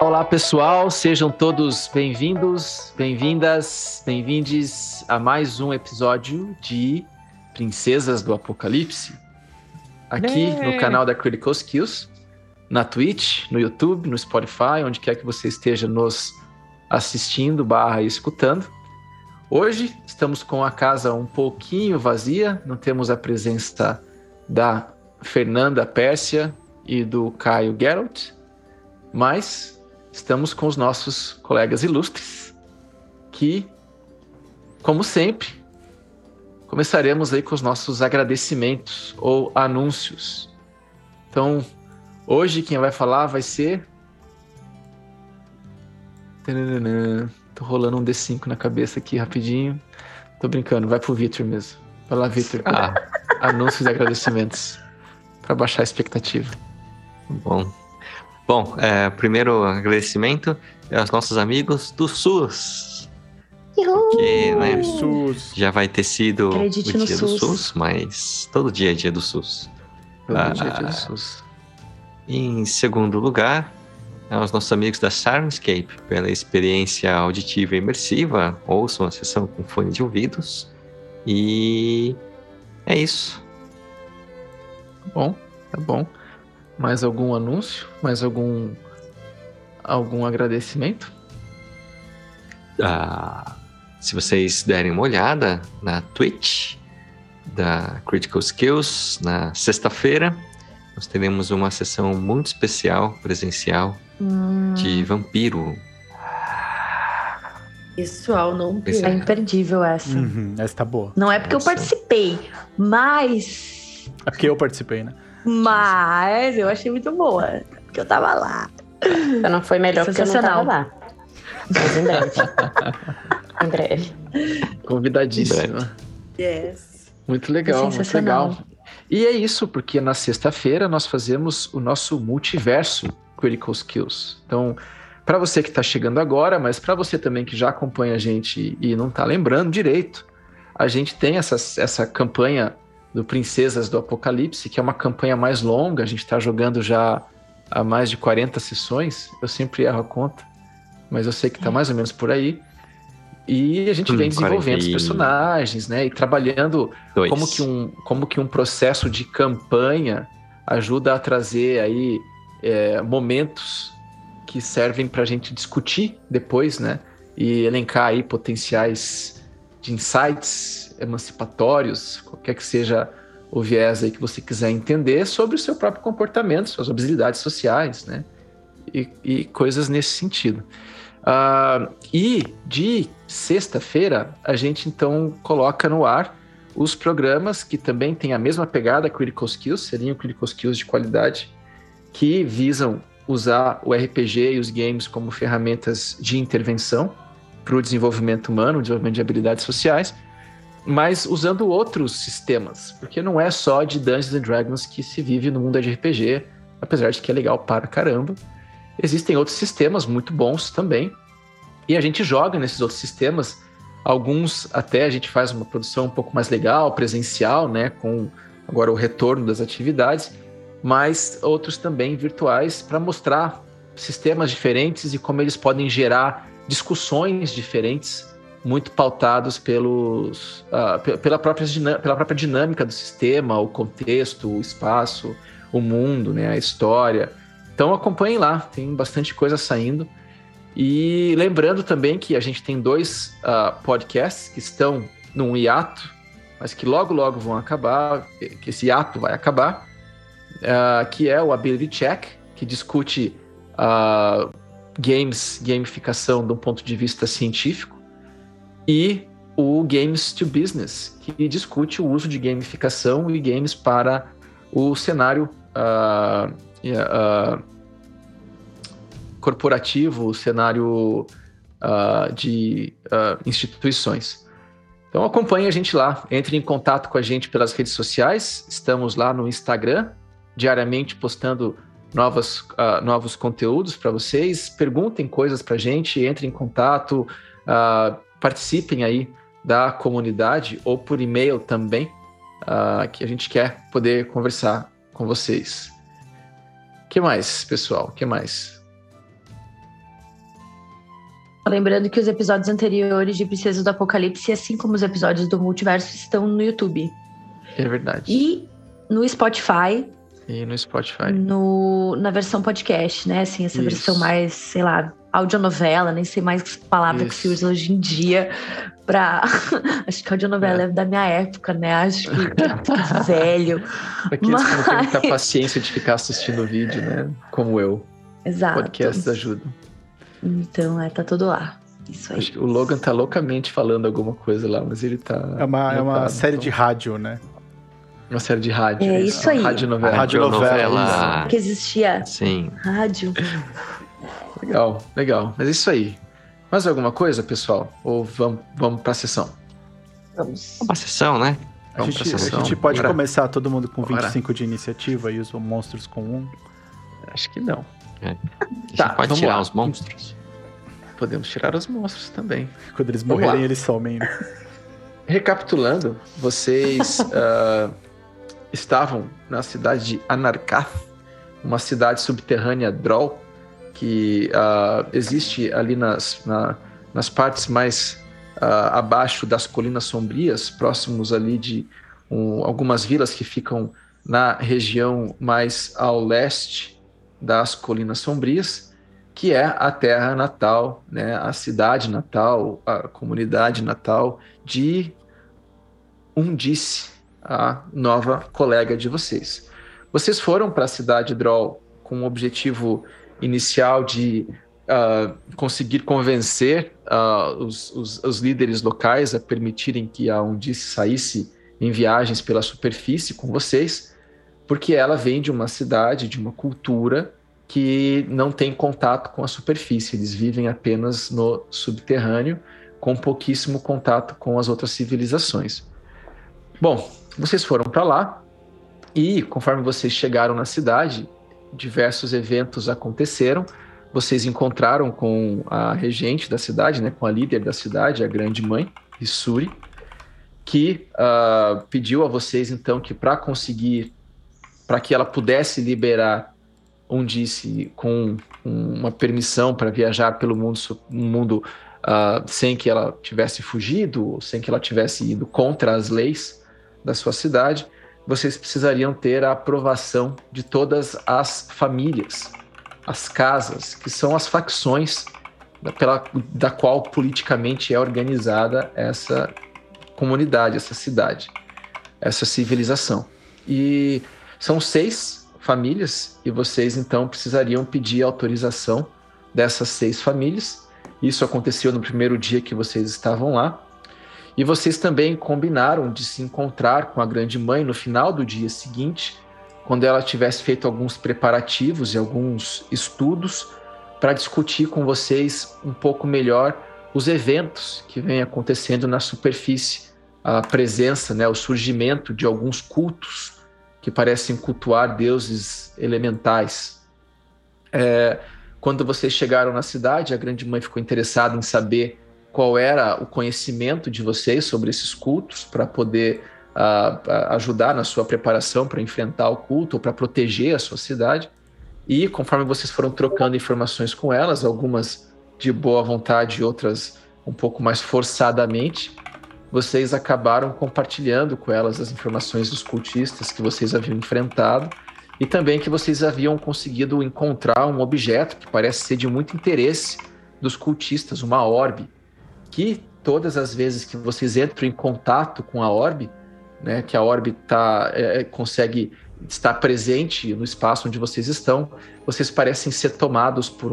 Olá, pessoal, sejam todos bem-vindos, bem-vindas, bem-vindes a mais um episódio de Princesas do Apocalipse, aqui no canal da Critical Skills, na Twitch, no YouTube, no Spotify, onde quer que você esteja nos assistindo / escutando. Hoje estamos com a casa um pouquinho vazia, não temos a presença da Fernanda Pérsia e do Caio Geralt, mas estamos com os nossos colegas ilustres, que, como sempre, começaremos aí com os nossos agradecimentos ou anúncios. Então, hoje quem vai falar vai ser... Tô rolando um D5 na cabeça aqui rapidinho. Tô brincando, vai pro Victor mesmo. Vai lá, Victor. Anúncios e agradecimentos, para baixar a expectativa. Bom, primeiro agradecimento aos nossos amigos do SUS. Porque, né, SUS. já vai ter sido Acredite o no dia do SUS. SUS, mas todo dia é dia do SUS. Todo dia é dia do SUS. Em segundo lugar, aos nossos amigos da Soundscape, pela experiência auditiva e imersiva. Ouçam a sessão com fone de ouvidos. E é isso. Tá bom. Mais algum anúncio? Mais algum agradecimento? Se vocês derem uma olhada na Twitch da Critical Skills, na sexta-feira, nós teremos uma sessão muito especial, presencial, de vampiro. Pessoal, não Pois é imperdível essa. Essa tá boa. Não é porque eu participei, mas É porque eu participei, né? eu achei muito boa. Porque eu tava lá. Só não foi melhor porque eu não tava Sensacional. lá. Mas em breve. Em breve. Convidadíssima. Yes. Muito legal, muito Sensacional. legal. E é isso, porque na sexta-feira nós fazemos o nosso multiverso Critical Skills. Então, para você que está chegando agora, mas para você também que já acompanha a gente e não está lembrando direito, a gente tem essa campanha do Princesas do Apocalipse, que é uma campanha mais longa, a gente está jogando já há mais de 40 sessões, eu sempre erro a conta, mas eu sei que está mais ou menos por aí. E a gente vem desenvolvendo os personagens, né? E trabalhando como que um processo de campanha ajuda a trazer aí momentos que servem para a gente discutir depois, né? E elencar aí potenciais de insights emancipatórios, qualquer que seja o viés aí que você quiser entender sobre o seu próprio comportamento, suas habilidades sociais, né? E coisas nesse sentido. E de sexta-feira, a gente então coloca no ar os programas que também têm a mesma pegada Critical Skills, seriam Critical Skills de qualidade, que visam usar o RPG e os games como ferramentas de intervenção para o desenvolvimento humano, desenvolvimento de habilidades sociais, mas usando outros sistemas, porque não é só de Dungeons and Dragons que se vive no mundo de RPG, apesar de que é legal para caramba. Existem outros sistemas muito bons também, e a gente joga nesses outros sistemas. Alguns até a gente faz uma produção um pouco mais legal, presencial, né, com agora o retorno das atividades, mas outros também virtuais para mostrar sistemas diferentes e como eles podem gerar discussões diferentes, muito pautados pela própria dinâmica do sistema, o contexto, o espaço, o mundo, né, a história. Então acompanhem lá, tem bastante coisa saindo. E lembrando também que a gente tem 2 podcasts que estão num hiato, mas que logo vão acabar, que esse hiato vai acabar, que é o Ability Check, que discute gamificação de um ponto de vista científico, e o Games to Business, que discute o uso de gamificação e games para o cenário corporativo, o cenário de instituições. Então acompanhe a gente lá, entre em contato com a gente pelas redes sociais, estamos lá no Instagram, diariamente postando novos conteúdos para vocês, perguntem coisas para a gente, entrem em contato, participem aí da comunidade ou por e-mail também, que a gente quer poder conversar com vocês. O que mais, pessoal? O que mais? Lembrando que os episódios anteriores de Princesas do Apocalipse, assim como os episódios do Multiverso, estão no YouTube. É verdade. E no Spotify. E no Spotify. Na versão podcast, né? Assim, essa Isso. versão mais, sei lá, audionovela, nem sei mais que palavra que se usa hoje em dia pra... Acho que audionovela é da minha época, né? Acho que velho. Aqueles que não têm muita paciência de ficar assistindo o vídeo, né? Como eu. Exato. Podcasts ajudam. Então, tá tudo lá. Isso aí. Acho que o Logan tá loucamente falando alguma coisa lá, mas ele tá... É uma anotado, série então. de rádio, né? Uma série de rádio. É isso aí. Radionovela. Radionovela. Que existia Sim. rádio. Legal, legal. Mas é isso aí. Mais alguma coisa, pessoal? Ou vamos pra sessão? Vamos. Uma sessão, né? A Vamos pra gente sessão. pode Bora. começar todo mundo com Bora. 25 de iniciativa e os monstros com 1. Acho que não. A gente Tá, pode vamos tirar lá. os monstros. Podemos tirar os monstros também. Quando eles Vamos morrerem, lá. eles somem. Né? Recapitulando, vocês estavam na cidade de Anarkath, uma cidade subterrânea Droll, que existe ali nas partes mais abaixo das Colinas Sombrias, próximos ali de algumas vilas que ficam na região mais ao leste das Colinas Sombrias, que é a terra natal, né, a cidade natal, a comunidade natal de Undice, a nova colega de vocês. Vocês foram para a cidade de Droll com o objetivo inicial de conseguir convencer os líderes locais a permitirem que a Undice saísse em viagens pela superfície com vocês, porque ela vem de uma cidade, de uma cultura que não tem contato com a superfície, eles vivem apenas no subterrâneo, com pouquíssimo contato com as outras civilizações. Bom, vocês foram para lá e, conforme vocês chegaram na cidade, diversos eventos aconteceram. Vocês encontraram com a regente da cidade, né, com a líder da cidade, a grande mãe, Isuri, que pediu a vocês, então, que para que ela pudesse liberar Undice com uma permissão para viajar pelo mundo sem que ela tivesse fugido, ou sem que ela tivesse ido contra as leis da sua cidade, vocês precisariam ter a aprovação de todas as famílias, as casas, que são as facções da qual politicamente é organizada essa comunidade, essa cidade, essa civilização. E são 6 famílias e vocês então precisariam pedir autorização dessas 6 famílias. Isso aconteceu no primeiro dia que vocês estavam lá. E vocês também combinaram de se encontrar com a grande mãe no final do dia seguinte, quando ela tivesse feito alguns preparativos e alguns estudos para discutir com vocês um pouco melhor os eventos que vêm acontecendo na superfície, a presença, né, o surgimento de alguns cultos que parecem cultuar deuses elementais. Quando vocês chegaram na cidade, a grande mãe ficou interessada em saber qual era o conhecimento de vocês sobre esses cultos, para poder ajudar na sua preparação para enfrentar o culto ou para proteger a sua cidade. E conforme vocês foram trocando informações com elas, algumas de boa vontade e outras um pouco mais forçadamente, vocês acabaram compartilhando com elas as informações dos cultistas que vocês haviam enfrentado e também que vocês haviam conseguido encontrar um objeto que parece ser de muito interesse dos cultistas, uma orbe, que todas as vezes que vocês entram em contato com a orbe, né, que a orbe consegue estar presente no espaço onde vocês estão, vocês parecem ser tomados por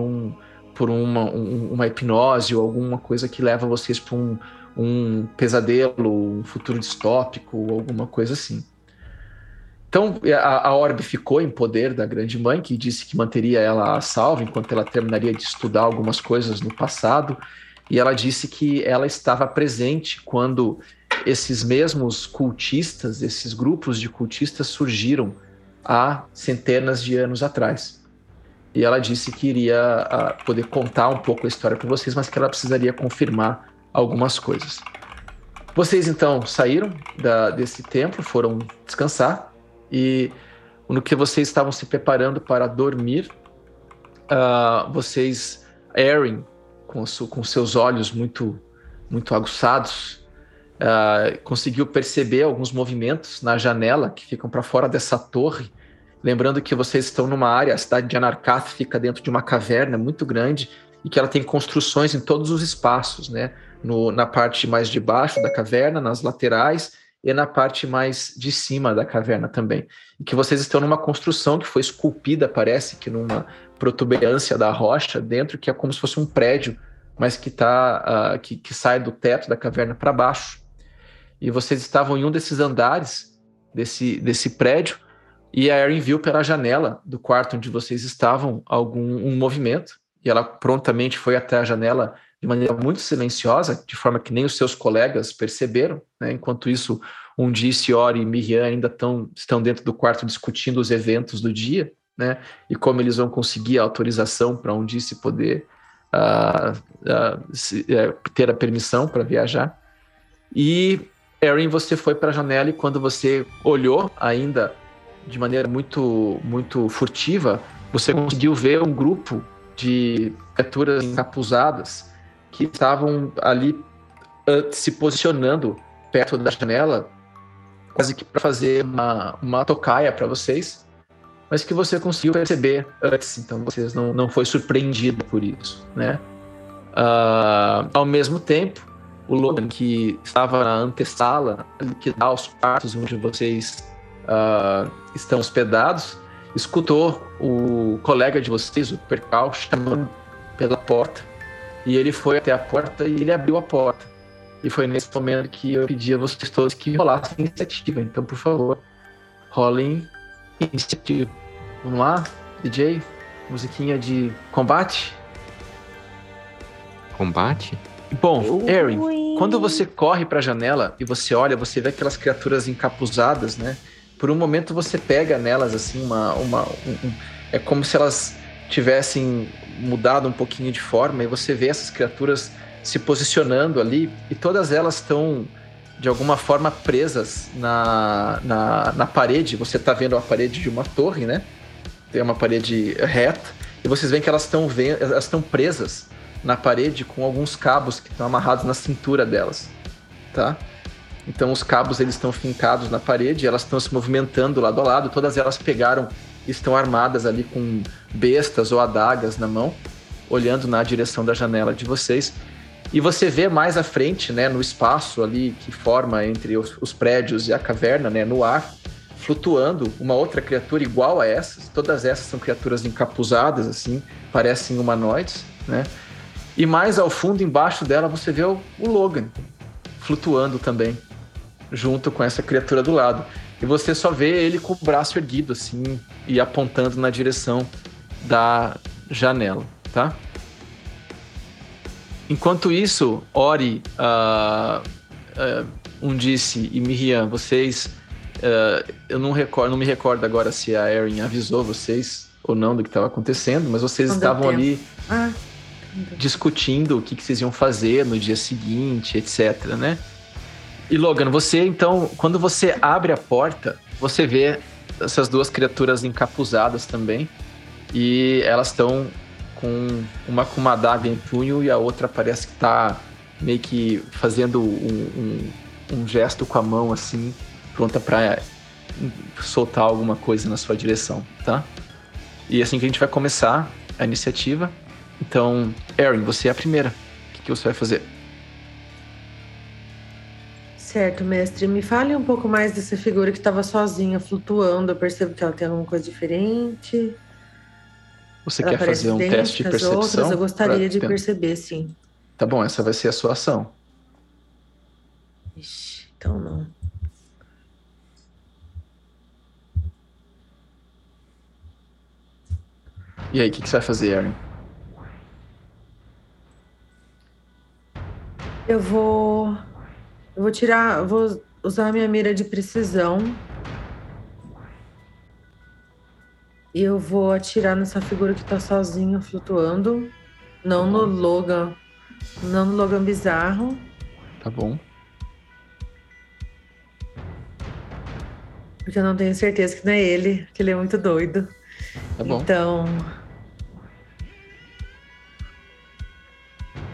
uma hipnose ou alguma coisa que leva vocês para um pesadelo, um futuro distópico ou alguma coisa assim. Então, a orbe ficou em poder da grande mãe, que disse que manteria ela a salvo enquanto ela terminaria de estudar algumas coisas no passado, e ela disse que ela estava presente quando esses mesmos cultistas, esses grupos de cultistas surgiram há centenas de anos atrás. E ela disse que iria poder contar um pouco a história para vocês, mas que ela precisaria confirmar algumas coisas. Vocês então saíram desse templo, foram descansar, e no que vocês estavam se preparando para dormir, Erin, com seus olhos muito, muito aguçados, conseguiu perceber alguns movimentos na janela que ficam para fora dessa torre. Lembrando que vocês estão numa área, a cidade de Anarkath fica dentro de uma caverna muito grande e que ela tem construções em todos os espaços, né? Na parte mais de baixo da caverna, nas laterais e na parte mais de cima da caverna também. E que vocês estão numa construção que foi esculpida, parece que numa protuberância da rocha dentro, que é como se fosse um prédio, mas que sai do teto da caverna para baixo. E vocês estavam em um desses andares desse prédio, e a Erin viu pela janela do quarto onde vocês estavam um movimento, e ela prontamente foi até a janela de maneira muito silenciosa, de forma que nem os seus colegas perceberam, né? Enquanto isso, Undici, Ori e Miriam ainda estão dentro do quarto discutindo os eventos do dia, né? E como eles vão conseguir a autorização para Undici poder ter a permissão para viajar. E Erin, você foi para a janela e quando você olhou ainda de maneira muito, muito furtiva, você conseguiu ver um grupo de criaturas encapuzadas que estavam ali se posicionando perto da janela, quase que para fazer uma tocaia para vocês, mas que você conseguiu perceber antes, então você não foi surpreendido por isso, né? Ao mesmo tempo, o Logan, que estava na antessala, que dá aos quartos onde vocês estão hospedados, escutou o colega de vocês, o Percal, chamando pela porta, e ele foi até a porta e ele abriu a porta. E foi nesse momento que eu pedi a vocês todos que rolassem iniciativa. Então, por favor, rolem iniciativa. Vamos lá, DJ? Musiquinha de combate? Combate? Bom, Erin, quando você corre para a janela e você olha, você vê aquelas criaturas encapuzadas, né? Por um momento você pega nelas assim é como se elas tivessem mudado um pouquinho de forma, e você vê essas criaturas se posicionando ali, e todas elas estão de alguma forma presas na parede. Você está vendo a parede de uma torre, né? Tem uma parede reta, e vocês veem que elas estão presas na parede com alguns cabos que estão amarrados na cintura delas, tá? Então os cabos eles estão fincados na parede, elas estão se movimentando lado a lado, todas elas pegaram e estão armadas ali com bestas ou adagas na mão, olhando na direção da janela de vocês. E você vê mais à frente, né, no espaço ali que forma entre os prédios e a caverna, né, no ar, flutuando uma outra criatura igual a essas. Todas essas são criaturas encapuzadas, assim, parecem humanoides, né? E mais ao fundo, embaixo dela, você vê o Logan flutuando também, junto com essa criatura do lado. E você só vê ele com o braço erguido, assim, e apontando na direção da janela, tá? Enquanto isso, Ori, Undici e Miriam, vocês... eu não me recordo agora se a Erin avisou vocês ou não do que estava acontecendo, mas vocês estavam ali discutindo o que vocês iam fazer no dia seguinte, etc, né? E Logan, você então, quando você abre a porta, você vê essas duas criaturas encapuzadas também, e elas estão com uma adaga em punho, e a outra parece que está meio que fazendo um gesto com a mão assim, pronta para soltar alguma coisa na sua direção, tá? E assim que a gente vai começar a iniciativa. Então, Erin, você é a primeira. O que você vai fazer? Certo, mestre. Me fale um pouco mais dessa figura que estava sozinha, flutuando. Eu percebo que ela tem alguma coisa diferente. Você quer fazer um teste de percepção? Outras, eu gostaria de perceber, sim. Tá bom, essa vai ser a sua ação. Ixi, então não. E aí, o que você vai fazer, Erin? Eu vou usar a minha mira de precisão. E eu vou atirar nessa figura que tá sozinha, flutuando. Não no Logan bizarro. Tá bom. Porque eu não tenho certeza que não é ele, que ele é muito doido. Tá bom. Então...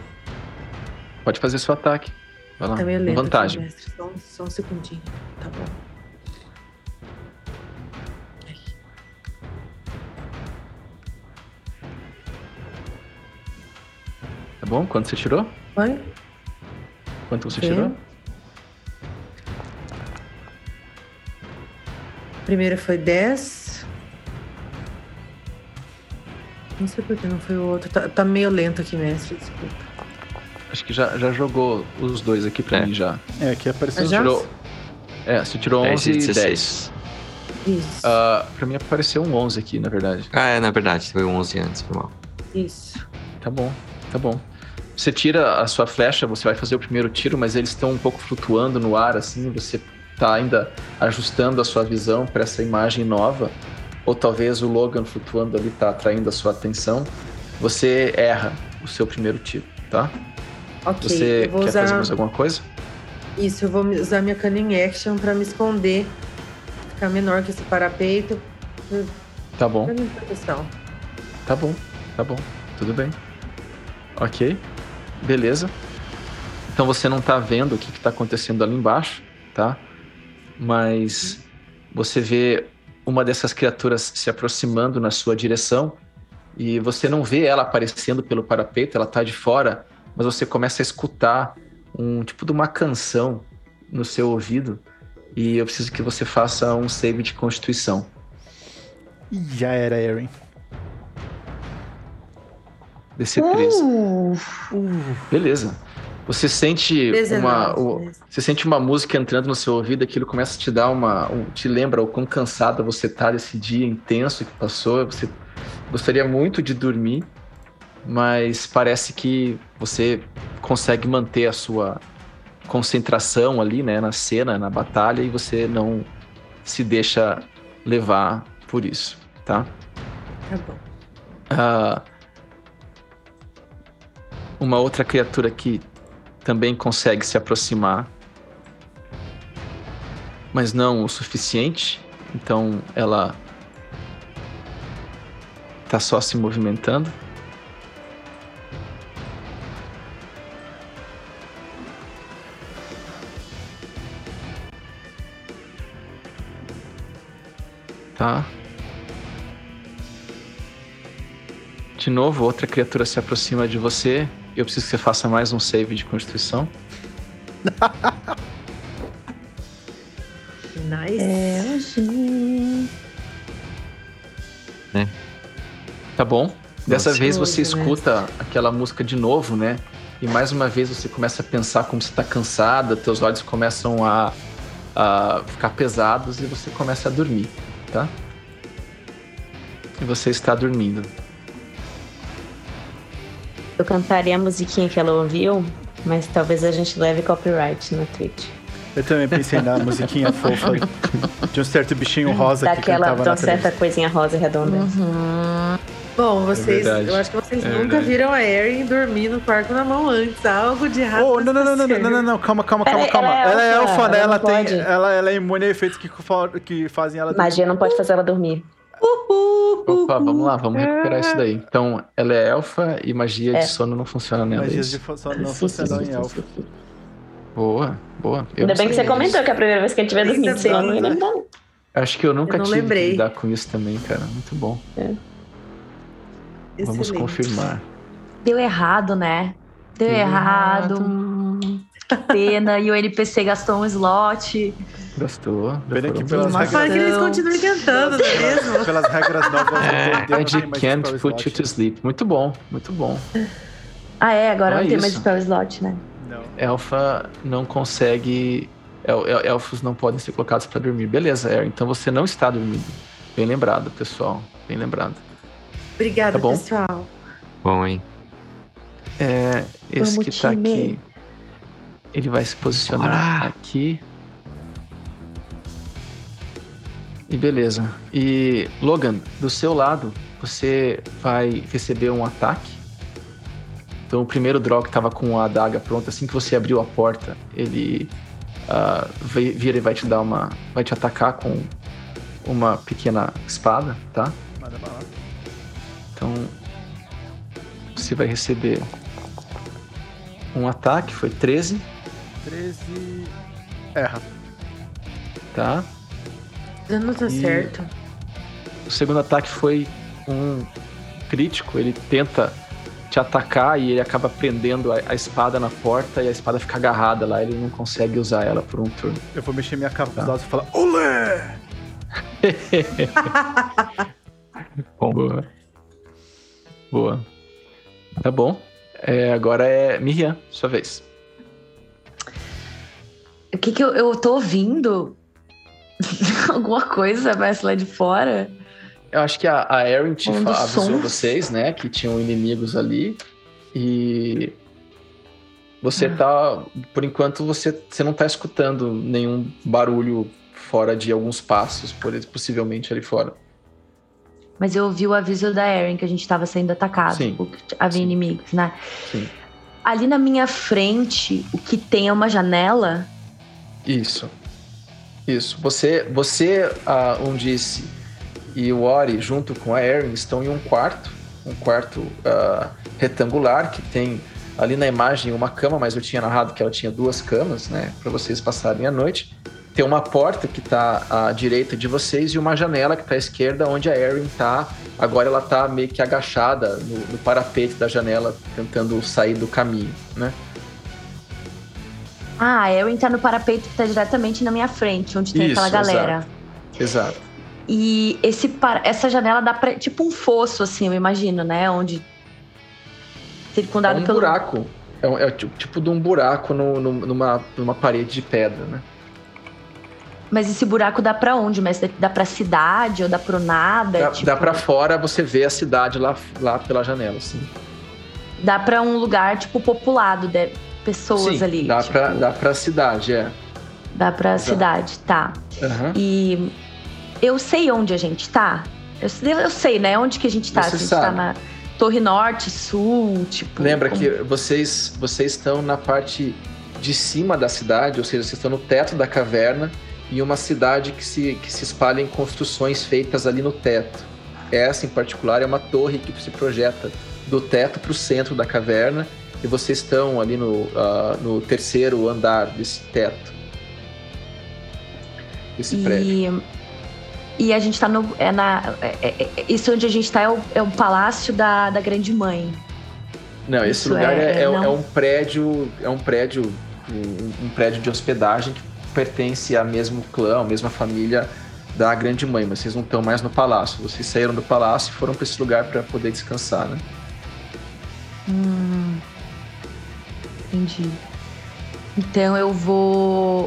Pode fazer seu ataque. Vai lá, Tá meio com lento, vantagem. mestre. Só um segundinho. Tá bom. Tá bom? Quanto você tirou? Vai. Quanto você Sim. tirou? Primeiro foi 10. Não sei por que não foi o outro. Tá meio lento aqui, mestre. Desculpa. Acho que já jogou os dois aqui pra mim já. É, aqui apareceu. Já? Você tirou 10 11 e e 10. 16. Isso. Pra mim apareceu um 11 aqui, na verdade. Na verdade, foi 11 antes, foi mal. Isso. Tá bom, tá bom. Você tira a sua flecha, você vai fazer o primeiro tiro, mas eles estão um pouco flutuando no ar, assim, você tá ainda ajustando a sua visão para essa imagem nova, ou talvez o Logan flutuando ali tá atraindo a sua atenção. Você erra o seu primeiro tiro, tá? Ok. Você eu vou quer usar... fazer mais alguma coisa? Isso, eu vou usar minha Cunning Action pra me esconder. Ficar menor que esse parapeito. Tá bom, Pra minha proteção. tá bom, tá bom, tudo bem. Ok, beleza. Então você não tá vendo o que tá acontecendo ali embaixo, tá? Mas você vê uma dessas criaturas se aproximando na sua direção e você não vê ela aparecendo pelo parapeito, ela tá de fora, mas você começa a escutar um tipo de uma canção no seu ouvido e eu preciso que você faça um save de constituição. Ih, já era, Eren. DC 13. Beleza. Você sente 19. você sente uma música entrando no seu ouvido, aquilo começa a te dar te lembra o quão cansada você tá desse dia intenso que passou. Você gostaria muito de dormir, mas parece que você consegue manter a sua concentração ali, né, na cena, na batalha, e você não se deixa levar por isso, tá? Tá bom. Uma outra criatura que também consegue se aproximar, mas não o suficiente, então ela tá só se movimentando. Tá. De novo, outra criatura se aproxima de você. Eu preciso que você faça mais um save de constituição. Nice. Tá bom? Dessa vez você Gostoso, né? escuta aquela música de novo, né? E mais uma vez você começa a pensar como você tá cansada, teus olhos começam a ficar pesados e você começa a dormir, tá? E você está dormindo. Eu cantaria a musiquinha que ela ouviu, mas talvez a gente leve copyright na Twitch. Eu também pensei na musiquinha fofa de um certo bichinho rosa que Daquela, cantava de uma na televisão. certa coisinha rosa e redonda. Bom, vocês, verdade. eu acho que vocês É nunca verdade. viram a Erin dormir no quarto na mão antes. Algo de errado. Oh, não, calma. Ela é Ela é elfa, elfa, né? ela Ela, não pode. ela é imune a efeitos que fazem ela Magia não pode fazer ela dormir. Opa, vamos lá, vamos recuperar isso daí. Então, ela é elfa e magia de sono não funciona nela. Magias isso? de sono não funcionam em elfa. Boa. Eu Ainda não bem que sei. você comentou que a primeira vez que a gente tiver Ainda dormido, senão eu não ia bem. lembrar. Acho que eu nunca Eu não tive lembrei. que lidar com isso também, cara. Muito bom. Vamos Excelente. confirmar. Deu errado, né? Deu errado. Que pena. E o NPC gastou um slot. Gostou? Pena Já que foram pelas dois. Para que eles Então- continuem cantando, não é mesmo? Pelas regras novas do D&D, não tem Magic mais can't spell put you slot. to sleep. Muito bom, muito bom. Ah, é? Agora Então não é tem mais isso. spell slot, né? Não. Elfa não consegue... Elfos não podem ser colocados pra dormir. Beleza, Erin. Então você não está dormindo. Bem lembrado, pessoal. Bem lembrado. Obrigada, Tá bom. pessoal. Bom, hein? Esse Vamos, que tá time. aqui... Ele vai se posicionar Bora. aqui. E beleza. E, Logan, do seu lado, você vai receber um ataque. Então, o primeiro Drow que tava com a adaga pronta, assim que você abriu a porta, ele vira e vai te dar vai te atacar com uma pequena espada, tá? Manda bala. Então, você vai receber Um ataque, foi 13. 13. Erra. Tá. Não tá certo. O segundo ataque foi um crítico. Ele tenta te atacar e ele acaba prendendo a espada na porta e a espada fica agarrada lá. Ele não consegue usar ela por um turno. Eu vou mexer minha capa e falar: olé! Bom. Boa. Tá bom. Agora é Miriam, sua vez. O que eu tô ouvindo? Alguma coisa mais lá de fora? Eu acho que a Erin te avisou sons. vocês, né? Que tinham inimigos ali. E você tá... Por enquanto, você não tá escutando nenhum barulho fora de alguns passos, possivelmente ali fora. Mas eu ouvi o aviso da Erin que a gente tava sendo atacado. Sim. Que havia inimigos, né? Sim. Ali na minha frente, o que tem é uma janela. Isso. Você Undice e o Ori, junto com a Erin, estão em um quarto retangular, que tem ali na imagem uma cama, mas eu tinha narrado que ela tinha 2 camas, né, para vocês passarem a noite. Tem uma porta que está à direita de vocês e uma janela que está à esquerda, onde a Erin está. Agora ela está meio que agachada no parapeito da janela, tentando sair do caminho, né? Ah, a Erin tá no parapeito que tá diretamente na minha frente, onde tem aquela galera. Exato. E essa janela dá pra... Tipo um fosso, assim, eu imagino, né? Onde... circundado pelo... buraco. É tipo de um buraco numa parede de pedra, né? Mas esse buraco dá pra onde? Mas dá pra cidade ou dá pro nada? Dá pra fora, você vê a cidade lá pela janela, assim. Dá pra um lugar, tipo, populado, pessoas Sim, ali. Dá pra cidade, Dá pra cidade, tá. Uhum. E eu sei onde a gente tá. Eu sei, né? Onde que a gente tá. Você a gente sabe. tá na Torre Norte, Sul, tipo... Lembra que vocês estão na parte de cima da cidade, ou seja, vocês estão no teto da caverna, e uma cidade que se espalha em construções feitas ali no teto. Essa, em particular, é uma torre que se projeta do teto para o centro da caverna, e vocês estão ali no 3º andar desse teto, desse prédio. E a gente tá isso onde a gente tá é o palácio da Grande Mãe. Não, esse Isso lugar é não... um prédio, um prédio de hospedagem que pertence ao mesmo clã, à mesma família da Grande Mãe, mas vocês não estão mais no palácio. Vocês saíram do palácio e foram para esse lugar para poder descansar, né? Entendi. Então eu vou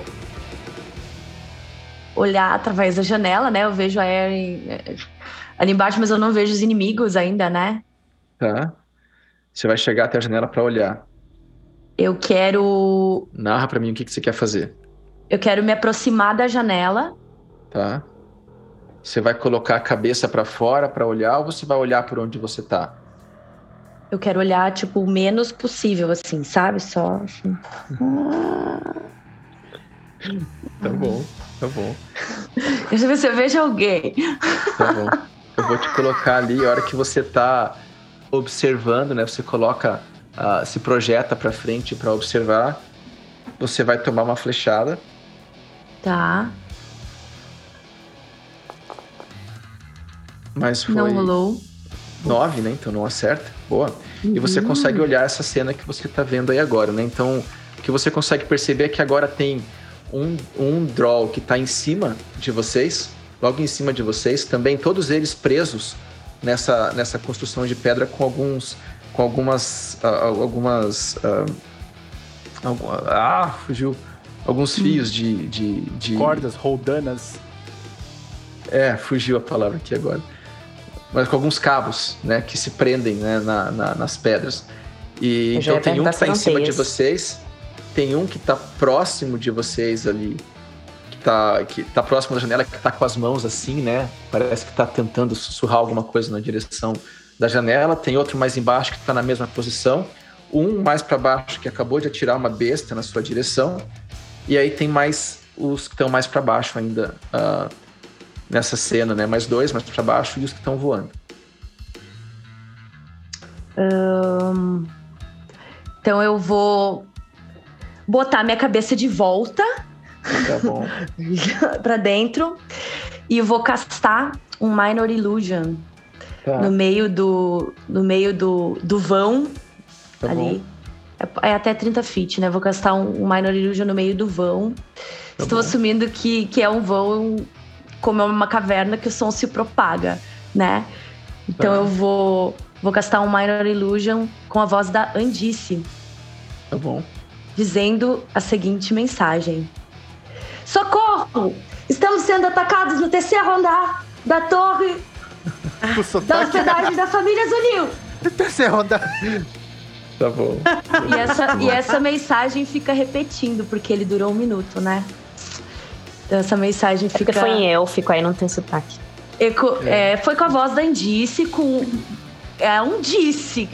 olhar através da janela, né? Eu vejo a Erin ali embaixo, mas eu não vejo os inimigos ainda, né? Tá. Você vai chegar até a janela para olhar. Eu quero... Narra para mim o que você quer fazer. Eu quero me aproximar da janela. Tá. Você vai colocar a cabeça para fora para olhar ou você vai olhar por onde você tá? Eu quero olhar, tipo, o menos possível, assim, sabe? Só, assim... Tá bom. Deixa eu ver se eu vejo alguém. Tá bom. Eu vou te colocar ali, a hora que você tá observando, né? Você coloca, se projeta pra frente pra observar. Você vai tomar uma flechada. Tá. Mas foi... Não rolou. 9, né? Então não acerta. Boa. E você consegue olhar essa cena que você tá vendo aí agora, né? Então, o que você consegue perceber é que agora tem um draw que tá em cima de vocês, logo em cima de vocês, também todos eles presos nessa construção de pedra com algumas fugiu. Alguns fios de... Cordas, roldanas. Fugiu a palavra aqui agora. Mas com alguns cabos, né, que se prendem, né, nas pedras. E então tem um que está em cima de vocês, tem um que está próximo de vocês ali, que tá próximo da janela, que está com as mãos assim, né? Parece que está tentando sussurrar alguma coisa na direção da janela. Tem outro mais embaixo que está na mesma posição. Um mais para baixo que acabou de atirar uma besta na sua direção. E aí tem mais os que estão mais para baixo ainda. Nessa cena, né? Mais 2 mais para baixo e os que estão voando. Então eu vou botar minha cabeça de volta Tá bom. pra dentro e eu vou castar um Minor Illusion Tá, no meio do vão tá ali. bom. É até 30 feet, né? Vou castar um Minor Illusion no meio do vão. Tá Estou bom. assumindo que é um vão, como é uma caverna, que o som se propaga, né? Então Tá. eu vou castar um Minor Illusion com a voz da Andice, Tá bom. dizendo a seguinte mensagem: Socorro! Estamos sendo atacados no terceiro andar da torre O da sotaque hospedagem da família Zunil. terceiro andar. Tá bom. E essa mensagem fica repetindo, porque ele durou 1 minuto, né? Então essa mensagem Porque fica... foi em élfico, aí não tem sotaque. Foi com a voz da Andice, com... É um disse.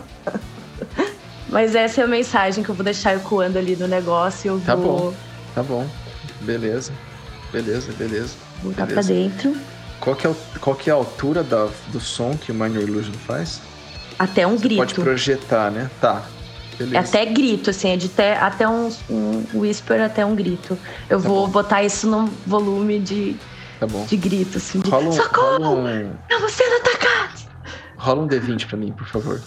Mas essa é a mensagem que eu vou deixar ecoando ali no negócio. Eu Tá vou bom. Tá bom. Beleza. botar pra dentro. Qual que é a altura do som que o Minor Illusion faz? Até um grito. Pode projetar, né? Tá. Beleza. É até grito, assim, até um whisper, até um grito. Eu vou botar isso num volume de Tá bom. grito, assim. De, Rola Socorro! um Estamos sendo atacados! Rola um D20 pra mim, por favor.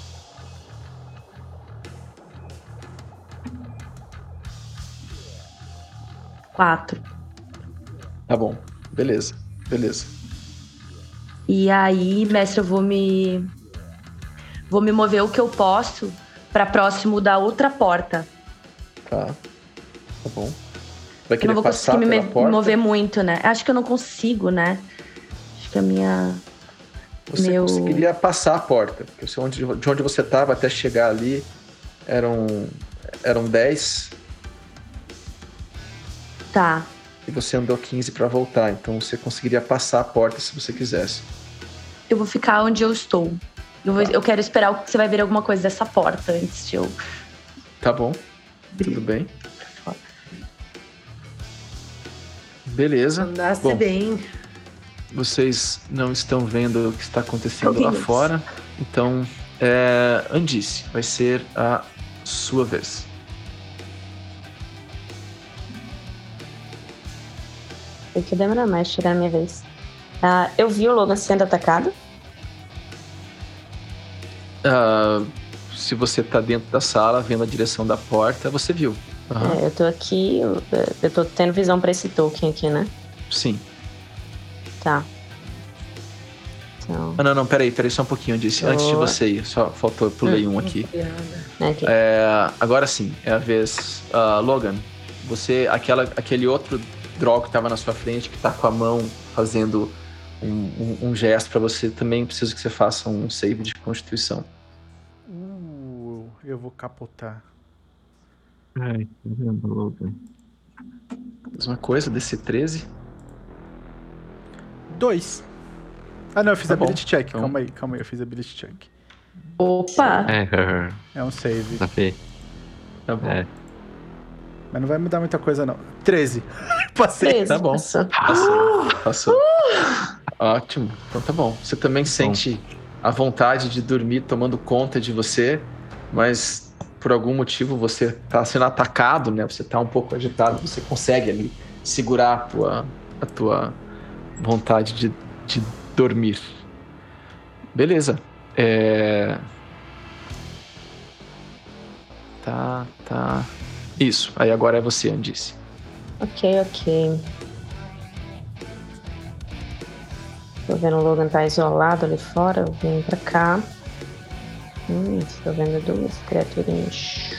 Quatro. Tá bom. Beleza. E aí, mestre, eu vou me mover o que eu posso pra próximo da outra porta. Tá. Tá bom. Vai Eu querer não vou passar conseguir pela me porta? mover muito, né? Acho que eu não consigo, né? Acho que a minha... Você conseguiria passar a porta. Porque de onde você estava até chegar ali eram 10 Tá. e você andou 15 para voltar. Então você conseguiria passar a porta se você quisesse. Eu vou ficar onde eu estou. Tá. Eu quero esperar que você vai ver alguma coisa dessa porta antes de eu... Tá bom. Tudo bem. Beleza. Andasse Bom, bem. vocês não estão vendo o que está acontecendo lá Ouvindo. fora. Então, Andice, vai ser a sua vez. Tem que demorar mais chegar a minha vez. Eu vi o Logan sendo atacado. Se você tá dentro da sala, vendo a direção da porta, você viu. Aham. Eu tô aqui, eu tô tendo visão pra esse token aqui, né? Sim. Tá. Então, Não, peraí só um pouquinho, Andice. Antes de Boa. você ir, só faltou, eu pulei um aqui. aqui. Agora sim, é a vez. Logan, você, aquele outro Droll que tava na sua frente, que tá com a mão fazendo um gesto pra você, também preciso que você faça um save de constituição. Eu vou capotar. Ai, caramba, Logan. Mesma coisa, DC 13. 2. Não, eu fiz Tá bom. ability check. Então- Calma aí, eu fiz ability check. Opa! É um save. Tá feio. Tá bom. Mas não vai mudar muita coisa, não. 13. Passei. 13, Tá bom. passou. Passou. Ótimo. Então tá bom. Você também sente a vontade de dormir tomando conta de você, mas por algum motivo você tá sendo atacado, né? Você tá um pouco agitado, você consegue ali segurar a tua vontade de dormir. Beleza. Tá. Isso. Aí agora é você, Andice. Ok. Tô vendo o Logan tá isolado ali fora. Eu vim pra cá. Tô vendo 2 criaturinhas.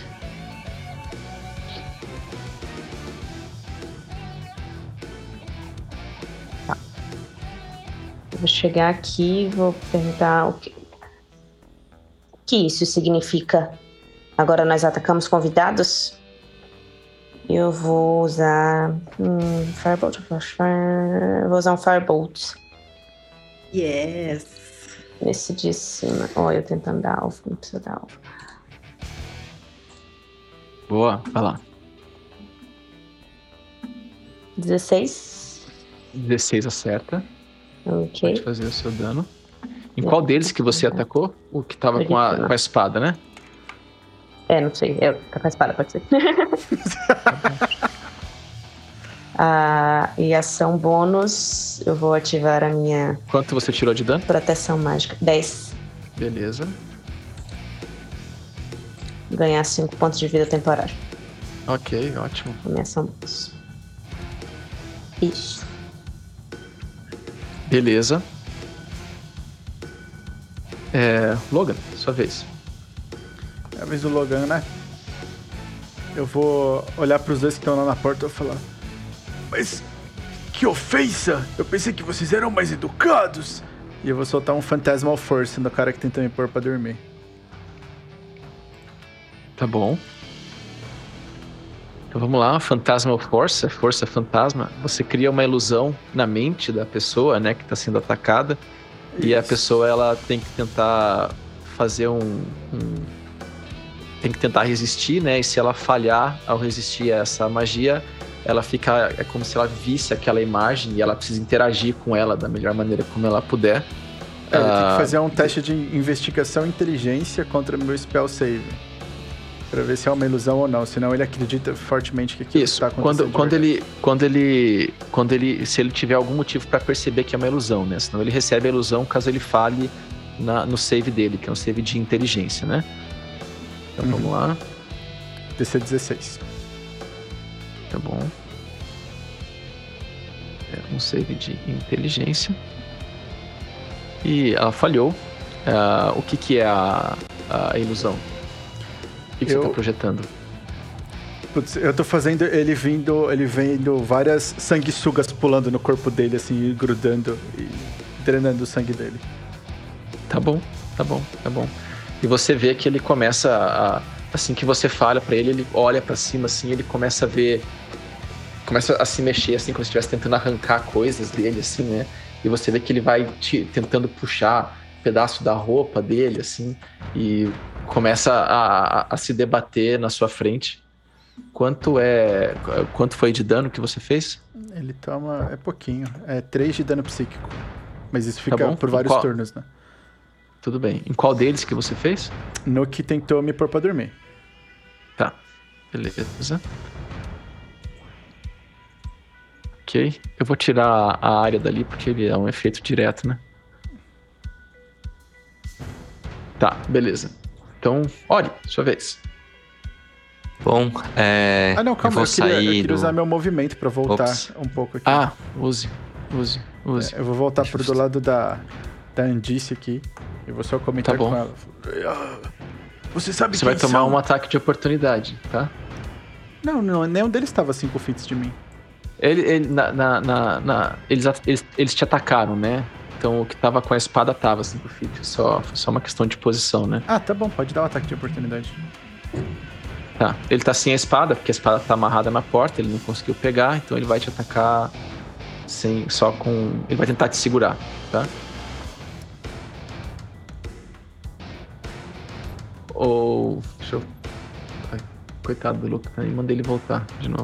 Tá. Eu vou chegar aqui e vou perguntar o que isso significa. Agora nós atacamos convidados? Eu vou usar Firebolt. Vou usar um Firebolt. Yes. Nesse de cima. Olha, eu tentando dar alvo, não precisa dar alvo. Boa, vai lá. 16. 16 acerta. Ok. Pode fazer o seu dano. Em qual deles que você atacou? O que tava com a espada, né? Não sei. Tá com a espada, pode ser. E ação bônus, eu vou ativar a minha... Quanto você tirou de dano? Proteção mágica. 10. Beleza. Ganhar 5 pontos de vida temporário. Ok, ótimo. A minha ação bônus. Isso. Beleza. Logan, sua vez. É a vez do Logan, né? Eu vou olhar pros dois que estão lá na porta e vou falar: mas que ofensa! Eu pensei que vocês eram mais educados! E eu vou soltar um Phantasmal Force no cara que tentou me pôr pra dormir. Tá bom. Então vamos lá, Phantasmal Force, força fantasma. Você cria uma ilusão na mente da pessoa, né, que tá sendo atacada. Isso. E a pessoa, ela tem que tentar fazer tem que tentar resistir, né? E se ela falhar ao resistir a essa magia, ela fica... É como se ela visse aquela imagem e ela precisa interagir com ela da melhor maneira como ela puder. Eu tenho que fazer um teste de investigação e inteligência contra meu spell save. Pra ver se é uma ilusão ou não, senão ele acredita fortemente que aquilo está acontecendo. Se ele tiver algum motivo pra perceber que é uma ilusão, né? Senão ele recebe a ilusão caso ele fale no save dele, que é um save de inteligência, né? Então vamos lá. DC 16. Tá bom. Um save de inteligência. E ela falhou. O que é a ilusão? O que você tá projetando? Putz, eu tô fazendo ele vendo várias sanguessugas pulando no corpo dele, assim, e grudando e drenando o sangue dele. Tá bom. E você vê que ele começa assim que você fala pra ele, ele olha pra cima, assim, ele começa a ver... Começa a se mexer, assim, como se estivesse tentando arrancar coisas dele, assim, né? E você vê que ele vai tentando puxar um pedaço da roupa dele, assim, e começa a se debater na sua frente. Quanto foi de dano que você fez? Ele toma... É pouquinho. É 3 de dano psíquico. Mas isso fica por vários turnos, né? Tudo bem. Em qual deles que você fez? No que tentou me pôr pra dormir. Tá. Beleza. Ok. Eu vou tirar a área dali porque ele é um efeito direto, né? Tá, beleza. Então, Ori, sua vez. Bom, não, calma, eu queria usar meu movimento pra voltar um pouco aqui. Use. Eu vou voltar do lado da Andice aqui. Eu vou só comentar com ela. Você sabe Você vai tomar um ataque de oportunidade, tá? Não, nenhum deles estava 5 feet de mim. Eles te atacaram, né? Então o que tava com a espada tava 5 feet. Só uma questão de posição, né? Tá bom, pode dar um ataque de oportunidade. Tá, ele tá sem a espada, porque a espada tá amarrada na porta, ele não conseguiu pegar, então ele vai te atacar ele vai tentar te segurar, tá? Deixa eu... Coitado do Luke, tá? Mandei ele voltar de novo.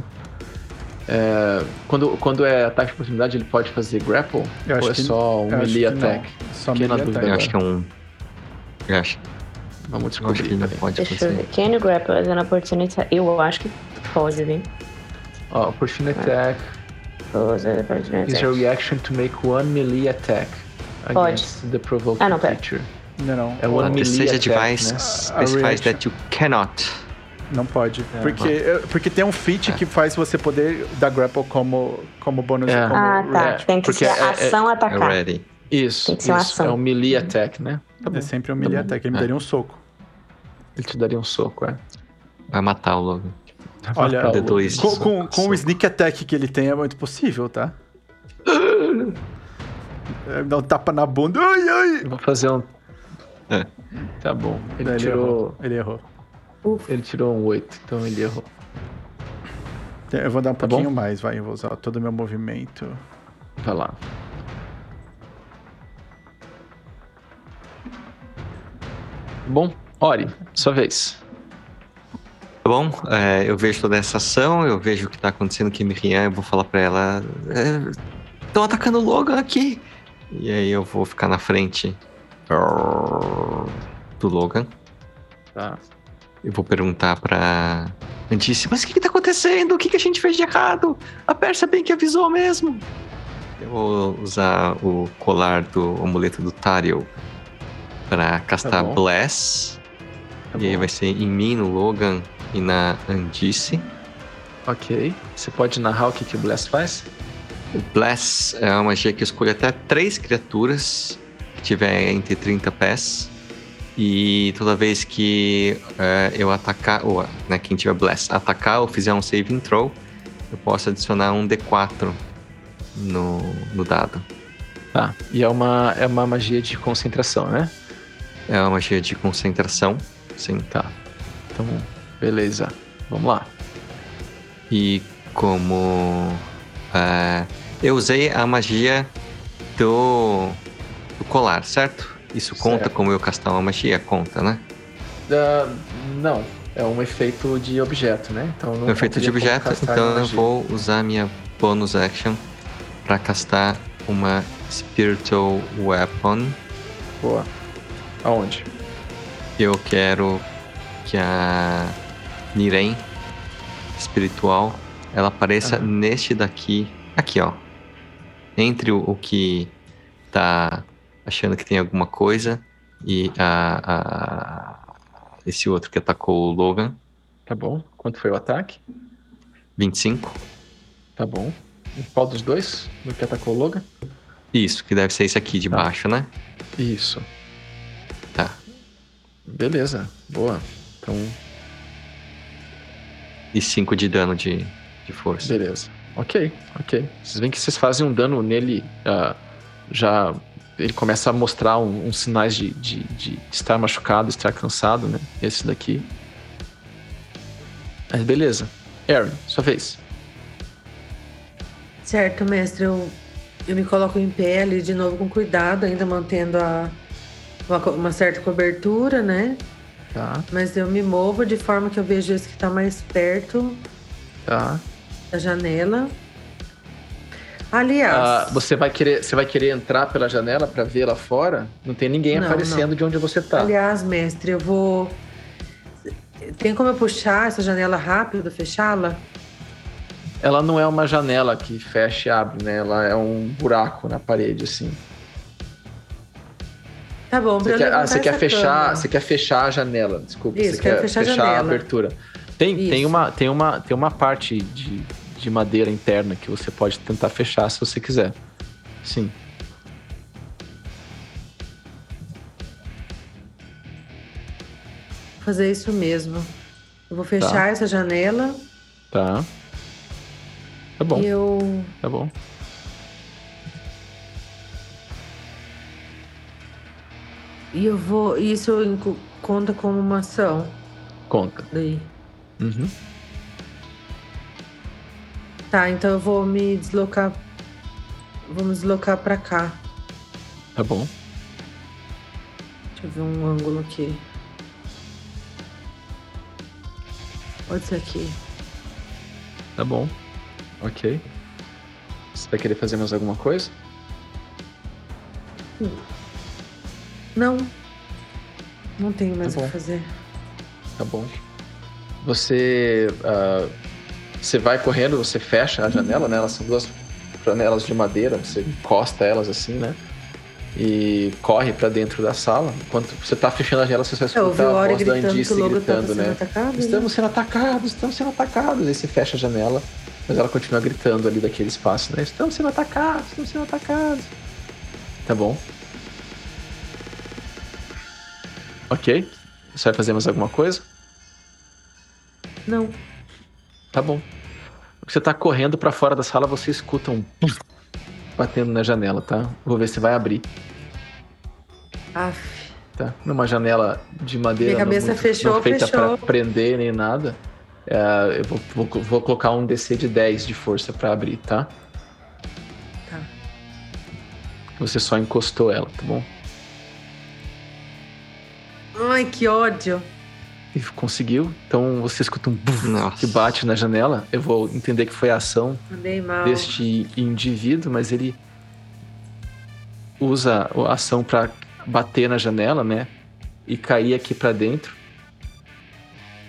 Quando é ataque de oportunidade, ele pode fazer grapple? Ou é só um melee attack? Só melee attack. Eu acho que é um... Vamos descobrir. Acho que não pode Deixa eu ver. Can you grapple as an opportunity? Eu acho que pode, viu? Opportunity attack is your reaction to make one melee attack against the provoked creature. Não. É one melee Message attack, device né? specifies that you cannot. Não pode. Porque tem um feat que faz você poder dar grapple como bônus. Tá. Tem que ser ação atacar. Ready. Isso. Tem que ser uma ação. É um melee attack, né? É sempre um melee attack. Ele me daria um soco. Ele te daria um soco, Vai matar o Logan. Olha, D2. com o sneak attack que ele tem é muito possível, tá? Dá um tapa na bunda. Ai! Eu vou fazer um... Tá bom. Ele errou. Ele tirou um 8, então ele errou. Eu vou dar um pouquinho mais, vai. Eu vou usar todo o meu movimento. Vai lá. Bom, Ori, sua vez. Tá bom, eu vejo toda essa ação, eu vejo o que tá acontecendo com a Miriam, eu vou falar pra ela... Estão atacando o Logan aqui! E aí eu vou ficar na frente do Logan. Tá. eu vou perguntar pra Andice, mas o que tá acontecendo? O que a gente fez de errado? A Pérsia bem que avisou mesmo. Eu vou usar o colar do amuleto do Tariel pra castar Bless. E aí vai ser em mim, no Logan e na Andice. Ok. Você pode narrar o que o Bless faz? O Bless é uma magia que escolhe até 3 criaturas que tiver entre 30 pés. E toda vez que eu atacar, ou né, quem tiver Bless atacar ou fizer um saving throw, eu posso adicionar um D4 no dado. Tá. E é uma magia de concentração, né? É uma magia de concentração, sim. Tá. Então, beleza. Vamos lá. E como eu usei a magia do colar, certo? Isso conta certo. como eu castar uma magia? Conta, né? Não. É um efeito de objeto, né? Então não um efeito de objeto, então eu vou usar minha bonus action para castar uma Spiritual Weapon. Boa. Aonde? Eu quero que a Niren espiritual ela apareça neste daqui. Aqui, ó. Entre o que tá achando que tem alguma coisa e esse outro que atacou o Logan. Tá bom. Quanto foi o ataque? 25. Tá bom. Em qual dos dois? No que atacou o Logan? Isso, que deve ser esse aqui de baixo, né? Isso. Tá. Beleza. Boa. Então... E 5 de dano de força. Beleza. Ok. Vocês veem que vocês fazem um dano nele já... Ele começa a mostrar uns sinais de estar machucado, estar cansado, né? Esse daqui. Mas beleza. Aaron, sua vez. Certo, mestre. Eu me coloco em pé ali de novo com cuidado, ainda mantendo uma certa cobertura, né? Tá. Mas eu me movo de forma que eu vejo esse que tá mais perto Tá. da janela. Aliás... Você vai querer entrar pela janela pra ver lá fora? Não tem ninguém aparecendo de onde você tá. Aliás, mestre, eu vou... Tem como eu puxar essa janela rápido, fechá-la? Ela não é uma janela que fecha e abre, né? Ela é um buraco na parede, assim. Tá bom, Você quer fechar a janela, desculpa. Isso, você quer fechar a janela. abertura. Tem uma parte de madeira interna que você pode tentar fechar se você quiser. Sim. Vou fazer isso mesmo. Eu vou fechar essa janela. Tá. Tá bom. Tá bom. E eu vou... Isso conta como uma ação? Conta. Daí. Uhum. Tá, então eu vou me deslocar. Vamos deslocar pra cá. Tá bom. Deixa eu ver um ângulo aqui. Pode ser aqui. Tá bom. Ok. Você vai querer fazer mais alguma coisa? Não. Não tenho mais o que fazer. Tá bom. Você vai correndo, você fecha a janela, né? Elas são 2 janelas de madeira, você encosta elas assim, né? E corre pra dentro da sala. Enquanto você tá fechando a janela, você só escuta a voz da Andice gritando, né? Estamos sendo atacados. Aí você fecha a janela, mas ela continua gritando ali daquele espaço, né? Estamos sendo atacados. Tá bom. Ok. Você vai fazer mais alguma coisa? Não. Tá bom. Você tá correndo pra fora da sala, você escuta um batendo na janela, tá? Vou ver se vai abrir. Aff. Tá? Numa janela de madeira. Minha cabeça não feita pra prender nem nada. Eu vou colocar um DC de 10 de força pra abrir, tá? Tá. Você só encostou ela, tá bom? Ai, que ódio. E conseguiu. Então você escuta um que bate na janela. Eu vou entender que foi a ação deste indivíduo, mas ele usa a ação pra bater na janela, né? E cair aqui pra dentro.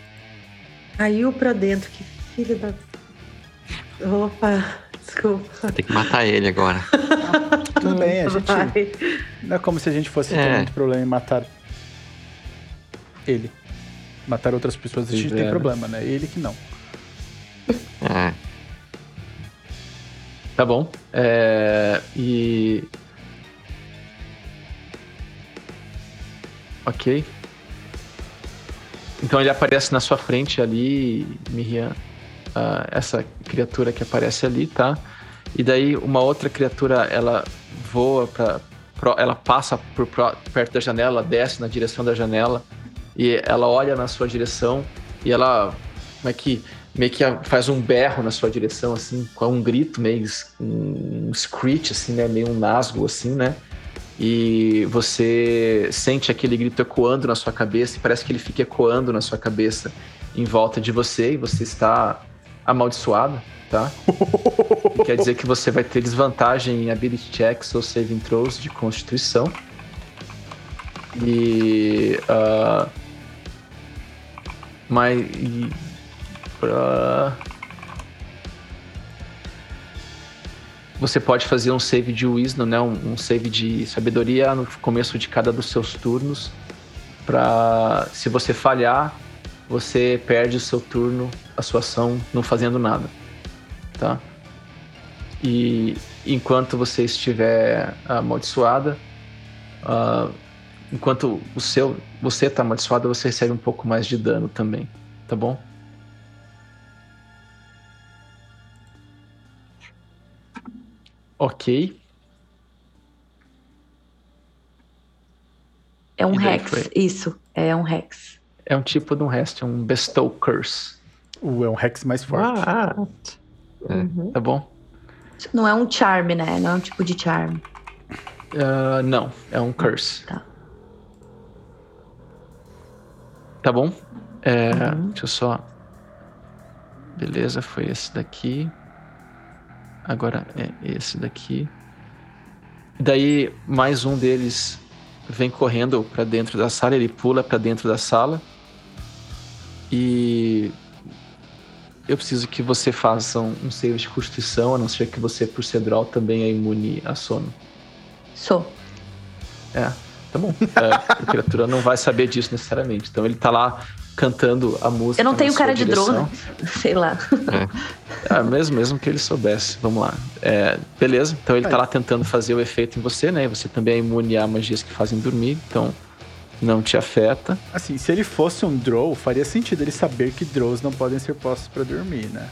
Caiu pra dentro, que filho da... Opa, desculpa. Tem que matar ele agora. Tudo bem, a gente... Vai. Não é como se a gente fosse ter muito problema em matar ele. Matar outras pessoas, a gente tem problema, né? Ele que não. É. Tá bom. E... Ok. Então ele aparece na sua frente ali, Miriam. Essa criatura que aparece ali, tá? E daí uma outra criatura, ela voa ela passa perto da janela, desce na direção da janela e ela olha na sua direção e ela meio que faz um berro na sua direção, assim, com um grito, meio um screech, assim, né? Meio um nasgo, assim, né? E você sente aquele grito ecoando na sua cabeça e parece que ele fica ecoando na sua cabeça em volta de você e você está amaldiçoado, tá? E quer dizer que você vai ter desvantagem em ability checks ou saving throws de constituição. E... Você pode fazer um save de wisdom, né? Um save de sabedoria no começo de cada dos seus turnos. Se você falhar, você perde o seu turno, a sua ação, não fazendo nada, tá? E enquanto você estiver amaldiçoada, enquanto você está amaldiçoada, você recebe um pouco mais de dano também, tá bom? Ok. É um E daí Hex, foi? isso. É um Hex. É um tipo de um Hest, é um Bestow Curse. É um Hex mais forte. Uhum. Tá bom? Não é um Charm, né? Não é um tipo de Charm. Não, é um Curse. Tá. Tá bom? Deixa eu só... Beleza, foi esse daqui. Agora é esse daqui. Daí, mais um deles vem correndo pra dentro da sala. Ele pula pra dentro da sala. E... eu preciso que você faça um save de constituição, a não ser que você, por ser draw, também é imune a sono. Sou. Tá bom. A criatura não vai saber disso necessariamente. Então ele tá lá cantando a música. Eu não tenho cara de direção. drone. Sei lá. Mesmo que ele soubesse. Vamos lá. Beleza. Então ele tá lá tentando fazer o efeito em você, né? E você também é imune a magias que fazem dormir. Então não te afeta. Assim, se ele fosse um drow, faria sentido ele saber que drows não podem ser postos pra dormir, né?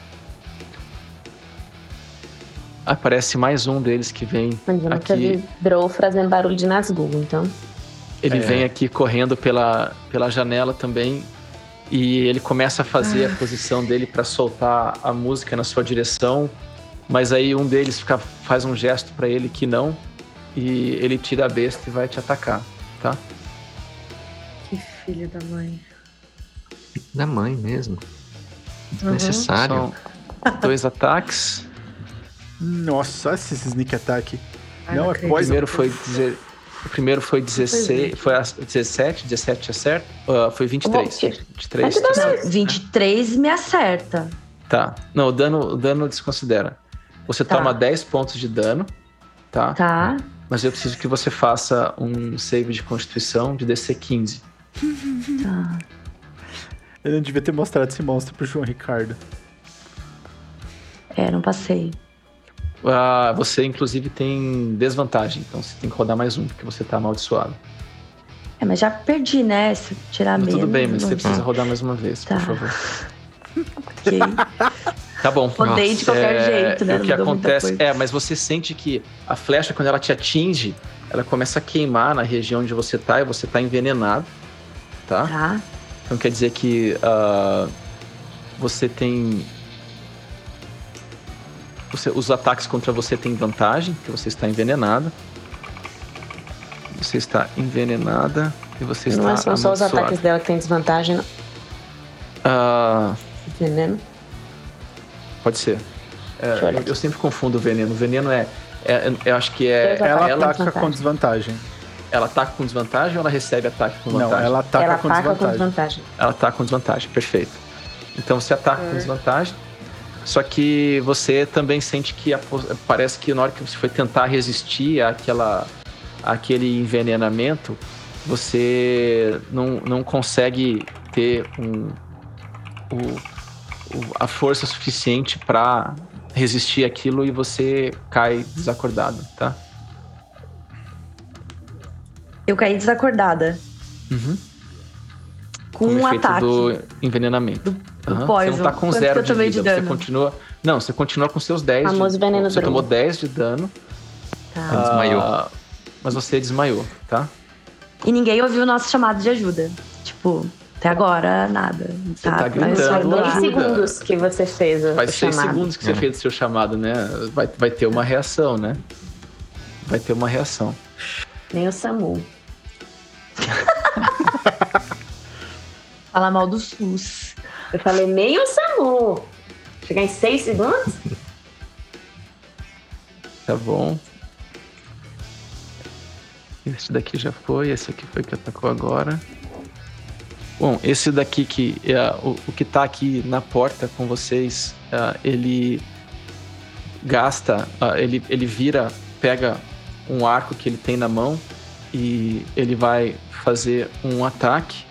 Aparece mais um deles que vem Mas eu nunca aqui. vi drow fazendo barulho de Nazgûl, então... Ele vem aqui correndo pela janela também. E ele começa a fazer a posição dele pra soltar a música na sua direção. Mas aí um deles faz um gesto pra ele que não. E ele tira a besta e vai te atacar, tá? Que filho da mãe. Da mãe mesmo. Necessário. São 2 ataques. Nossa, esse sneak attack. Ai, Não, não é acredito. poison. O primeiro foi 16, foi 17 acerta? Foi 23. Bom, 23 mas tá não, certo. 23 me acerta. Tá. Não, o dano desconsidera. Você Tá. toma 10 pontos de dano, tá? Tá. Mas eu preciso que você faça um save de constituição de DC 15. Tá. Eu não devia ter mostrado esse monstro pro João Ricardo. Não passei. Você, inclusive, tem desvantagem. Então você tem que rodar mais um, porque você tá amaldiçoado. Mas já perdi, né? Se tirar Mas menos... tudo bem, mas não- você precisa rodar mais uma vez, Tá. por favor. Ok. Tá bom. Rodei de qualquer jeito, né? O Não que mudou muita acontece coisa. mas você sente que a flecha, quando ela te atinge, ela começa a queimar na região onde você tá e você tá envenenado, tá? Tá. Então quer dizer que você tem... os ataques contra você têm vantagem, porque você está envenenado. Você está envenenada e você está Não são só os amaldiçoada. ataques dela que tem desvantagem, não. Veneno. Pode ser. Deixa eu olhar Eu sempre confundo o veneno. O veneno eu acho que Dois ataques. Ela com ataca com desvantagem. ela ataca com desvantagem ou ela recebe ataque com vantagem? Não, ela ataca Ela com ataca com desvantagem. desvantagem. Ela ataca com desvantagem, perfeito. Então você ataca com desvantagem. Só que você também sente que parece que na hora que você foi tentar resistir àquele envenenamento, você não consegue ter a força suficiente para resistir àquilo e você cai desacordado, tá? Eu caí desacordada. Uhum. Com um efeito ataque. do envenenamento. Do Você não tá com Quanto 0 que eu tomei de vida. de dano? Você continua com seus 10 Famoso veneno Você branco. tomou 10 de dano. Tá. Desmaiou. Mas você desmaiou, tá? E ninguém ouviu o nosso chamado de ajuda. Tipo, até agora, nada. Você tá gritando, Faz Ajuda. 2 segundos que você fez o Faz 6 chamado. segundos que você fez o seu chamado, né? Vai ter uma reação, né? Vai ter uma reação. Nem o Samu. Fala mal do SUS. Eu falei, nem o Samu. Chegar em 6 segundos? Tá bom. Esse daqui já foi, esse aqui foi o que atacou agora. Bom, esse daqui que o que tá aqui na porta com vocês, ele gasta, ele vira, pega um arco que ele tem na mão e ele vai fazer um ataque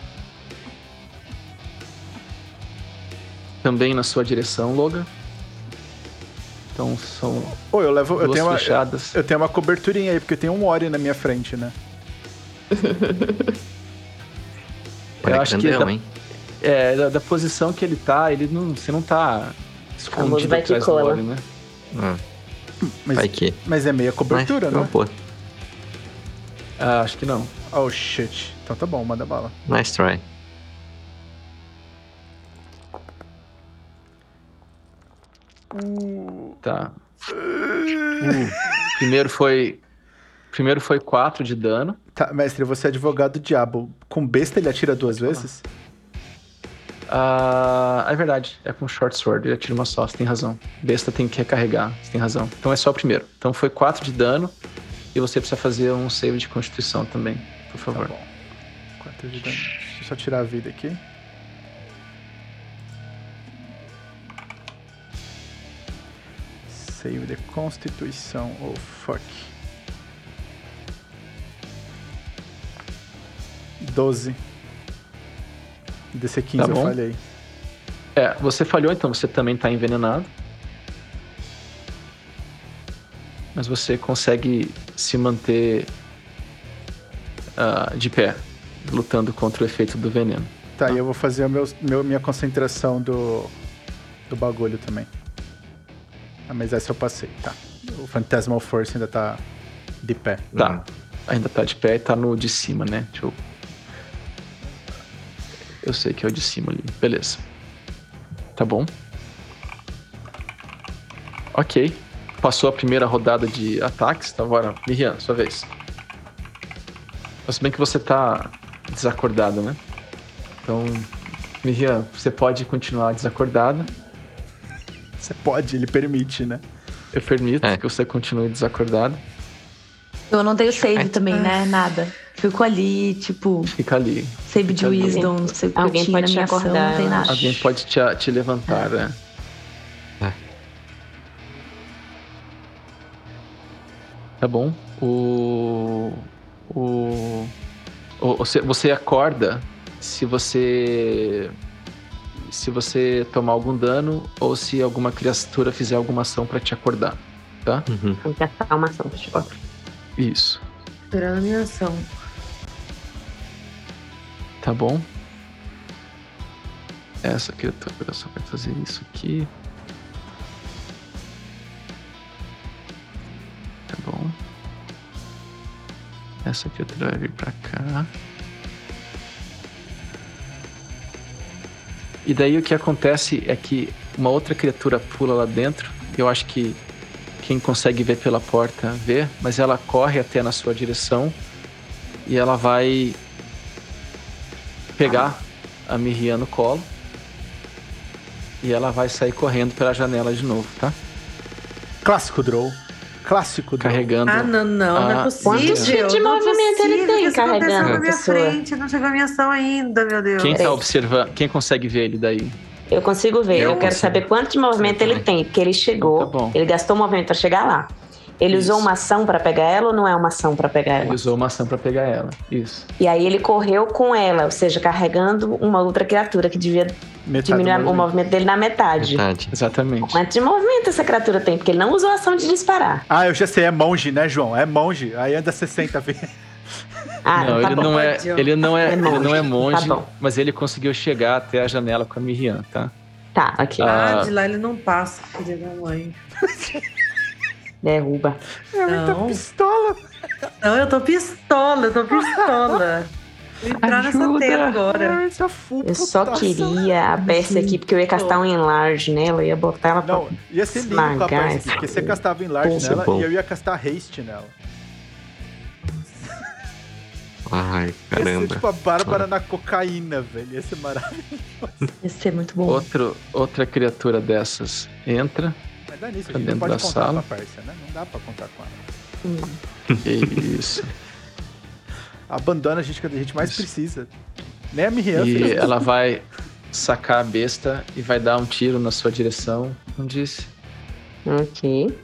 também na sua direção, Logan. Então são duas flechadas. Eu tenho uma coberturinha aí, porque tem um Ori na minha frente, né? Eu acho que grandão, hein? da posição que ele tá, você não tá escondido vai atrás que do cola. Ori, né? Vai que. Mas é meia cobertura, né? Pô, Acho que não. Oh, shit. Então tá bom, manda bala. nice try. Tá. Primeiro foi 4 de dano. Tá, mestre, você é advogado do diabo. Com besta ele atira 2 vezes? É verdade, é com short sword, ele atira uma só, você tem razão. Besta tem que recarregar, você tem razão. Então é só o primeiro. Então foi 4 de dano e você precisa fazer um save de constituição também, por favor. Tá bom. 4 de dano. Deixa eu só tirar a vida aqui. Save de constituição. Oh, fuck. 12. DC 15 Tá eu bom. falhei. Você falhou, então você também tá envenenado. Mas você consegue se manter de pé, lutando contra o efeito do veneno. Tá, e eu vou fazer minha concentração do bagulho também. Mas essa eu passei, tá. O Phantasmal Force ainda tá de pé. Tá, ainda tá de pé e tá no de cima, né? Deixa eu sei que é o de cima ali. Beleza. Tá bom. Ok. Passou a primeira rodada de ataques. Tá, agora, Miriam, sua vez. Mas bem que você tá desacordado, né? Então, Miriam, você pode continuar desacordada. Você pode, ele permite, né? Eu permito que você continue desacordado. Eu não tenho save também, né? Nada. Fico ali, tipo, Fica ali. save de Fica ali. wisdom, não sei o que eu Alguém tinha na pode te minha ação, acordar, não tem eu nada. Alguém pode te levantar, né? Tá bom. Você acorda se você tomar algum dano ou se alguma criatura fizer alguma ação pra te acordar, tá? Vamos gastar uma ação pra te acordar. Isso. Esperando a minha ação. Tá bom. Essa criatura só vai fazer isso aqui. Tá bom. Essa criatura vai vir pra cá. E daí o que acontece é que uma outra criatura pula lá dentro. Eu acho que quem consegue ver pela porta vê, mas ela corre até na sua direção e ela vai pegar a Miriam no colo e ela vai sair correndo pela janela de novo, tá? Clássico Drow. Clássico Drow. Carregando. Não é possível. Quantos feet de Não é movimento ele possível tem que isso aconteça carregando na a minha pessoa? frente, não chegou a minha ação ainda, meu Deus. Quem tá Peraí. observando? Quem consegue ver ele daí? Eu consigo ver. Eu quero saber quanto de movimento ele tem, porque ele chegou, Tá bom. ele gastou movimento pra chegar lá. Ele usou uma ação pra pegar ela ou não é uma ação pra pegar ela? Ele usou uma ação pra pegar ela. Isso. E aí ele correu com ela, ou seja, carregando uma outra criatura que devia diminuir o movimento dele na metade. Exatamente. Quanto de movimento essa criatura tem? Porque ele não usou a ação de disparar. Ah, eu já sei, é monge, né, João? É monge. Aí anda 60 vezes. Ah, Não, tá ele bom. não é, ele não é, É monge. ele não é monge, Tá bom. mas ele conseguiu chegar até a janela com a Miriam, tá? Tá, ok. De lá ele não passa, filha da mãe. Derruba. É muita Não. pistola. Não, eu tô pistola. Vou entrar nessa tela agora. Essa full Eu só putaça. queria a Percy aqui, porque eu ia castar um enlarge nela, eu ia botar ela pra Não, ia ser lindo com a esmagar Percy, essa porque você coisa. castava enlarge Isso é nela bom. e eu ia castar haste nela. Ai, Ia ser caramba. tipo a Bárbara na cocaína, velho. Ia ser maravilhoso. Ia ser muito bom. Outra criatura dessas entra. Mas dá nisso, a Tá gente não dentro pode da contar sala. com a Pérsia, né? Não dá pra contar com ela. Isso. Abandona a gente quando a gente mais Isso. precisa. Nem a Miriam E fez isso. ela vai sacar a besta e vai dar um tiro na sua direção. Não disse? Ok.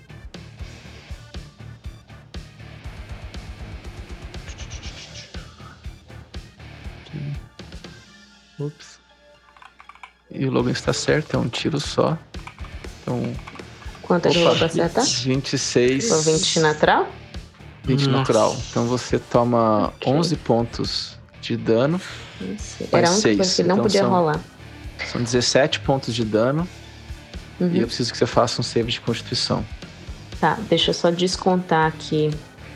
Ups. E o Logan está certo, é um tiro só. Então, Quanto é que rolou pra acertar? 26. Foi 20 natural? 20 Nossa. natural. Então você toma Ok. 11 pontos de dano. Era a única seis, coisa que não então podia são- rolar. São 17 pontos de dano. Uhum. E eu preciso que você faça um save de constituição. Tá, deixa eu só descontar aqui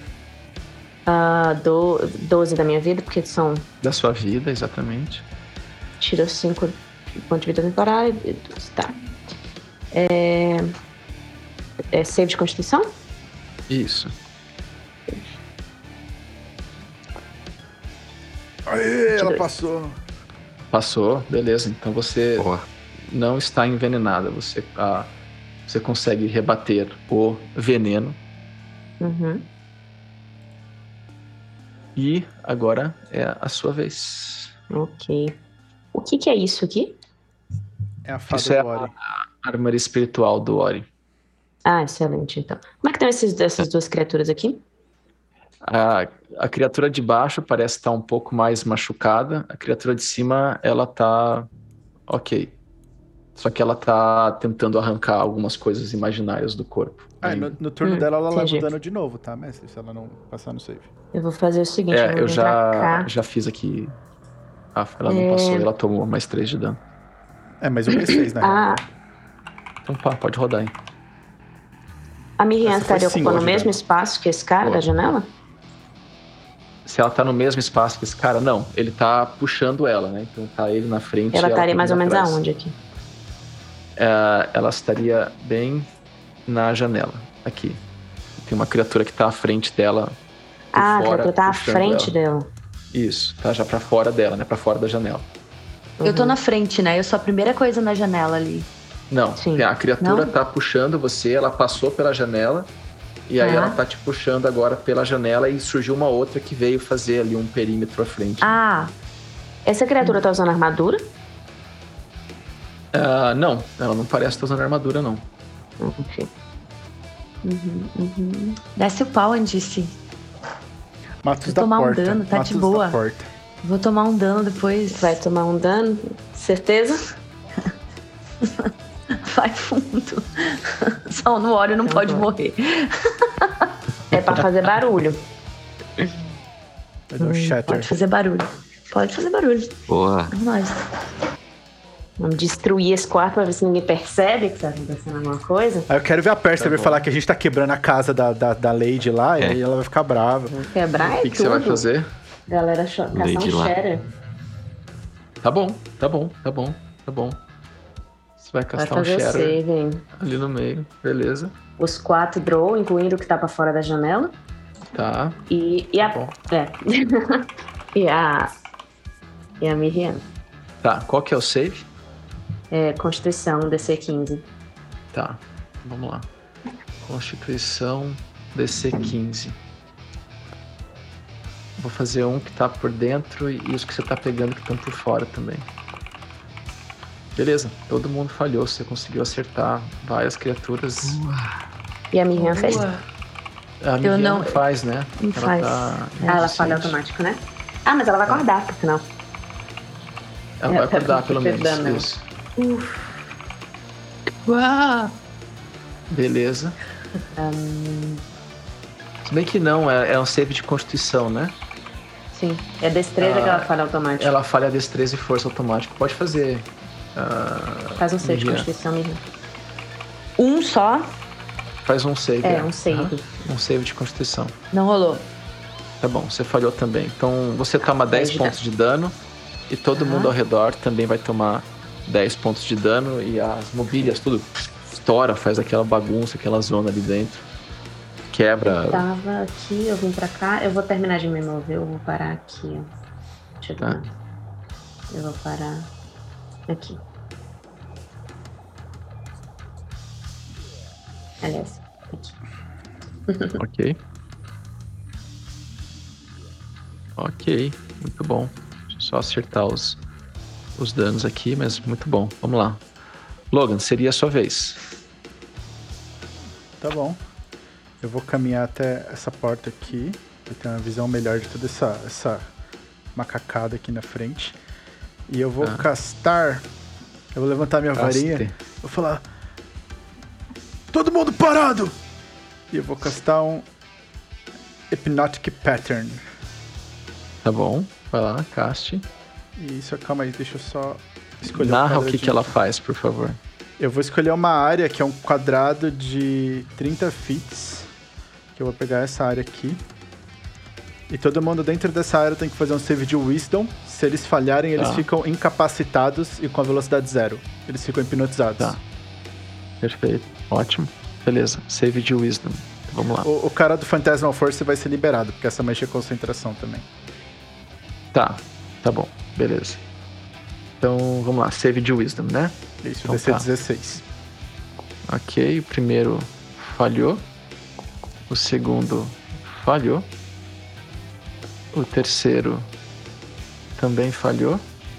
12 da minha vida, porque são. Da sua vida, exatamente. Tira 5 pontos de vida temporária. Tá. É save de constituição? Isso. Aê, ela 22. passou. Passou, beleza. Então você Boa. não está envenenada. Você consegue rebater o veneno. Uhum. E agora é a sua vez. Ok. O que é isso aqui? É a fada Isso é do Ori. a armadura espiritual do Ori. Ah, excelente, então. Como é que estão essas duas criaturas aqui? A criatura de baixo parece estar um pouco mais machucada. A criatura de cima, ela tá ok. Só que ela tá tentando arrancar algumas coisas imaginárias do corpo. Ah, no turno dela ela leva entendi. o dano de novo, tá, mestre? Se ela não passar no save. Eu vou fazer o seguinte, eu vou Eu vir pra cá. já fiz aqui. Ela não passou, ela tomou mais 3 de dano. É, mas o P6, né? Ah, Então pode rodar aí. a Miriam Essa foi estaria sim, ocupando o hoje, mesmo né? espaço que esse cara Boa. da janela? Se ela tá no mesmo espaço que esse cara, não. Ele tá puxando ela, né? Então tá ele na frente. Ela e estaria mais ou menos atrás. aonde aqui? Ela estaria bem na janela, aqui. Tem uma criatura que tá à frente dela. por Ah, a fora, criatura tá à puxando frente ela. dela. Isso, tá já pra fora dela, né? Pra fora da janela. Eu tô na frente, né? Eu sou a primeira coisa na janela ali. Não, Sim. a criatura Não? tá puxando você, ela passou pela janela. E aí Ah. ela tá te puxando agora pela janela e surgiu uma outra que veio fazer ali um perímetro à frente. Ah, Essa criatura tá usando armadura? Não, ela não parece estar usando armadura, não. Ok. desce o pau, Andice. Matos Vou da tomar um porta. dano, tá de Matos boa. Da porta. Vou tomar um dano depois. Vai tomar um dano? Certeza? Vai fundo. Só no óleo não Então pode vai. morrer. É pra fazer barulho. Vai dar um shatter. Pode fazer barulho. Pode fazer barulho. Boa. Vamos nós. Vamos destruir esse quarto pra ver se ninguém percebe que tá acontecendo alguma coisa. Aí eu quero ver a Pérsia Tá vir bom. falar que a gente tá quebrando a casa da Lady lá, e É. aí ela vai ficar brava. Vamos quebrar O é que, que você vai tudo. fazer? Galera, caçar Lady um lá. shatter. Tá bom. Você vai Vai castar um fazer o shatter save, hein? ali no meio, beleza. Os 4 draw, incluindo o que tá pra fora da janela. Tá, E a... bom. É. e a Miriam. Tá, qual que é o save? Constituição, DC 15. Tá, vamos lá. Constituição DC 15. Vou fazer um que tá por dentro e os que você tá pegando que estão por fora também. Beleza, todo mundo falhou. Você conseguiu acertar várias criaturas. E a minha fez? A Miriam não faz, né? Não faz. Ela falha automático, né? Ah, mas ela vai acordar, porque senão... Ela vai acordar, pelo menos. Isso. Uau! Beleza. Se bem que não, é um save de constituição, né? Sim, é destreza que ela falha automático. Ela falha destreza e força automático. Pode fazer. Faz um save de constituição, Miriam. Um só? Faz um save. Um save. Um save de constituição. Não rolou. Tá bom, você falhou também. Então você toma 10 pontos de dano e todo mundo ao redor também vai tomar 10 pontos de dano e as mobílias tudo estoura, faz aquela bagunça, aquela zona ali dentro. Quebra. Eu tava aqui, eu vim pra cá. Eu vou terminar de me mover, eu vou parar aqui, ó. Deixa eu ver. Eu vou parar aqui. Aliás, aqui. Ok, muito bom. Deixa eu só acertar os danos aqui, mas muito bom. Vamos lá. Logan, seria a sua vez. Tá bom. Eu vou caminhar até essa porta aqui, pra ter uma visão melhor de toda essa macacada aqui na frente. E eu vou castar... Eu vou levantar minha varinha. Vou falar... Todo mundo parado! E eu vou castar um... Hypnotic Pattern. Tá bom. Vai lá, caste. Isso, calma aí, deixa eu só escolher Narra o que ela faz, por favor. Eu vou escolher uma área que é um quadrado de 30 feet. Que eu vou pegar essa área aqui. E todo mundo dentro dessa área tem que fazer um save de Wisdom. Se eles falharem, eles ficam incapacitados e com a velocidade 0. Eles ficam hipnotizados. Tá. Perfeito. Ótimo. Beleza. Save de Wisdom. Vamos lá. O cara do Phantasmal Force vai ser liberado, porque essa mexe a concentração também. Tá bom. Beleza. Então, vamos lá. Save de Wisdom, né? Isso, então, DC 16. Ok, o primeiro falhou. O segundo falhou. O terceiro também falhou.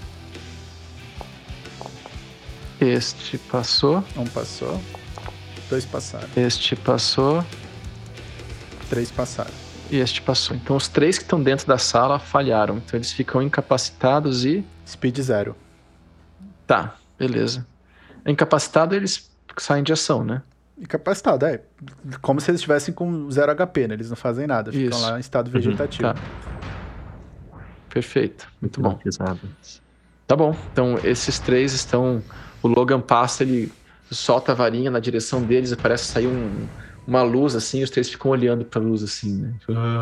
Este passou. Um passou. 2 passaram. Este passou. 3 passaram. E este passou. Então os 3 que estão dentro da sala falharam. Então eles ficam incapacitados e... Speed 0. Tá, beleza. Incapacitado eles saem de ação, né? Incapacitado, como se eles estivessem com 0 HP, né? Eles não fazem nada, ficam lá em estado vegetativo. Tá. Perfeito, muito bom. Tá bom, então esses 3 estão... O Logan passa, ele solta a varinha na direção deles e parece sair uma luz assim, e os 3 ficam olhando pra luz assim, né?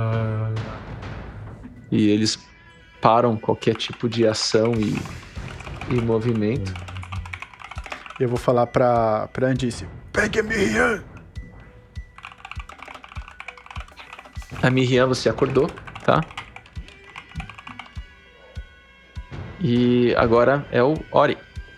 E eles param qualquer tipo de ação e movimento. Eu vou falar pra Andice. Pegue a Miriam! A Miriam, você acordou, tá? E agora é o Ori.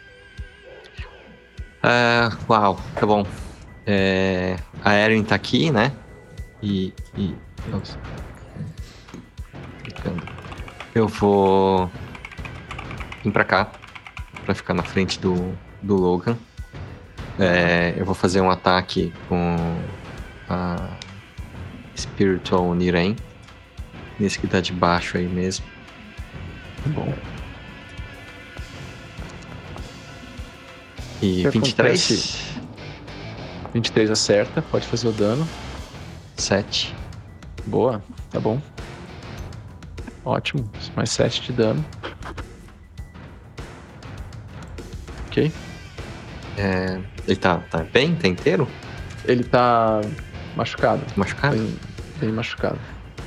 Uau, tá bom. A Erin tá aqui, né? Nossa. Clicando. Eu vou vir pra cá, pra ficar na frente do Logan. Eu vou fazer um ataque com a Spiritual Niren. Nesse que tá de baixo aí mesmo. Tá bom. E 23? 23 acerta, pode fazer o dano. 7. Boa, tá bom. Ótimo, mais 7 de dano. Ok. Ele tá bem? Tá inteiro? Ele tá machucado. Machucado? Bem machucado.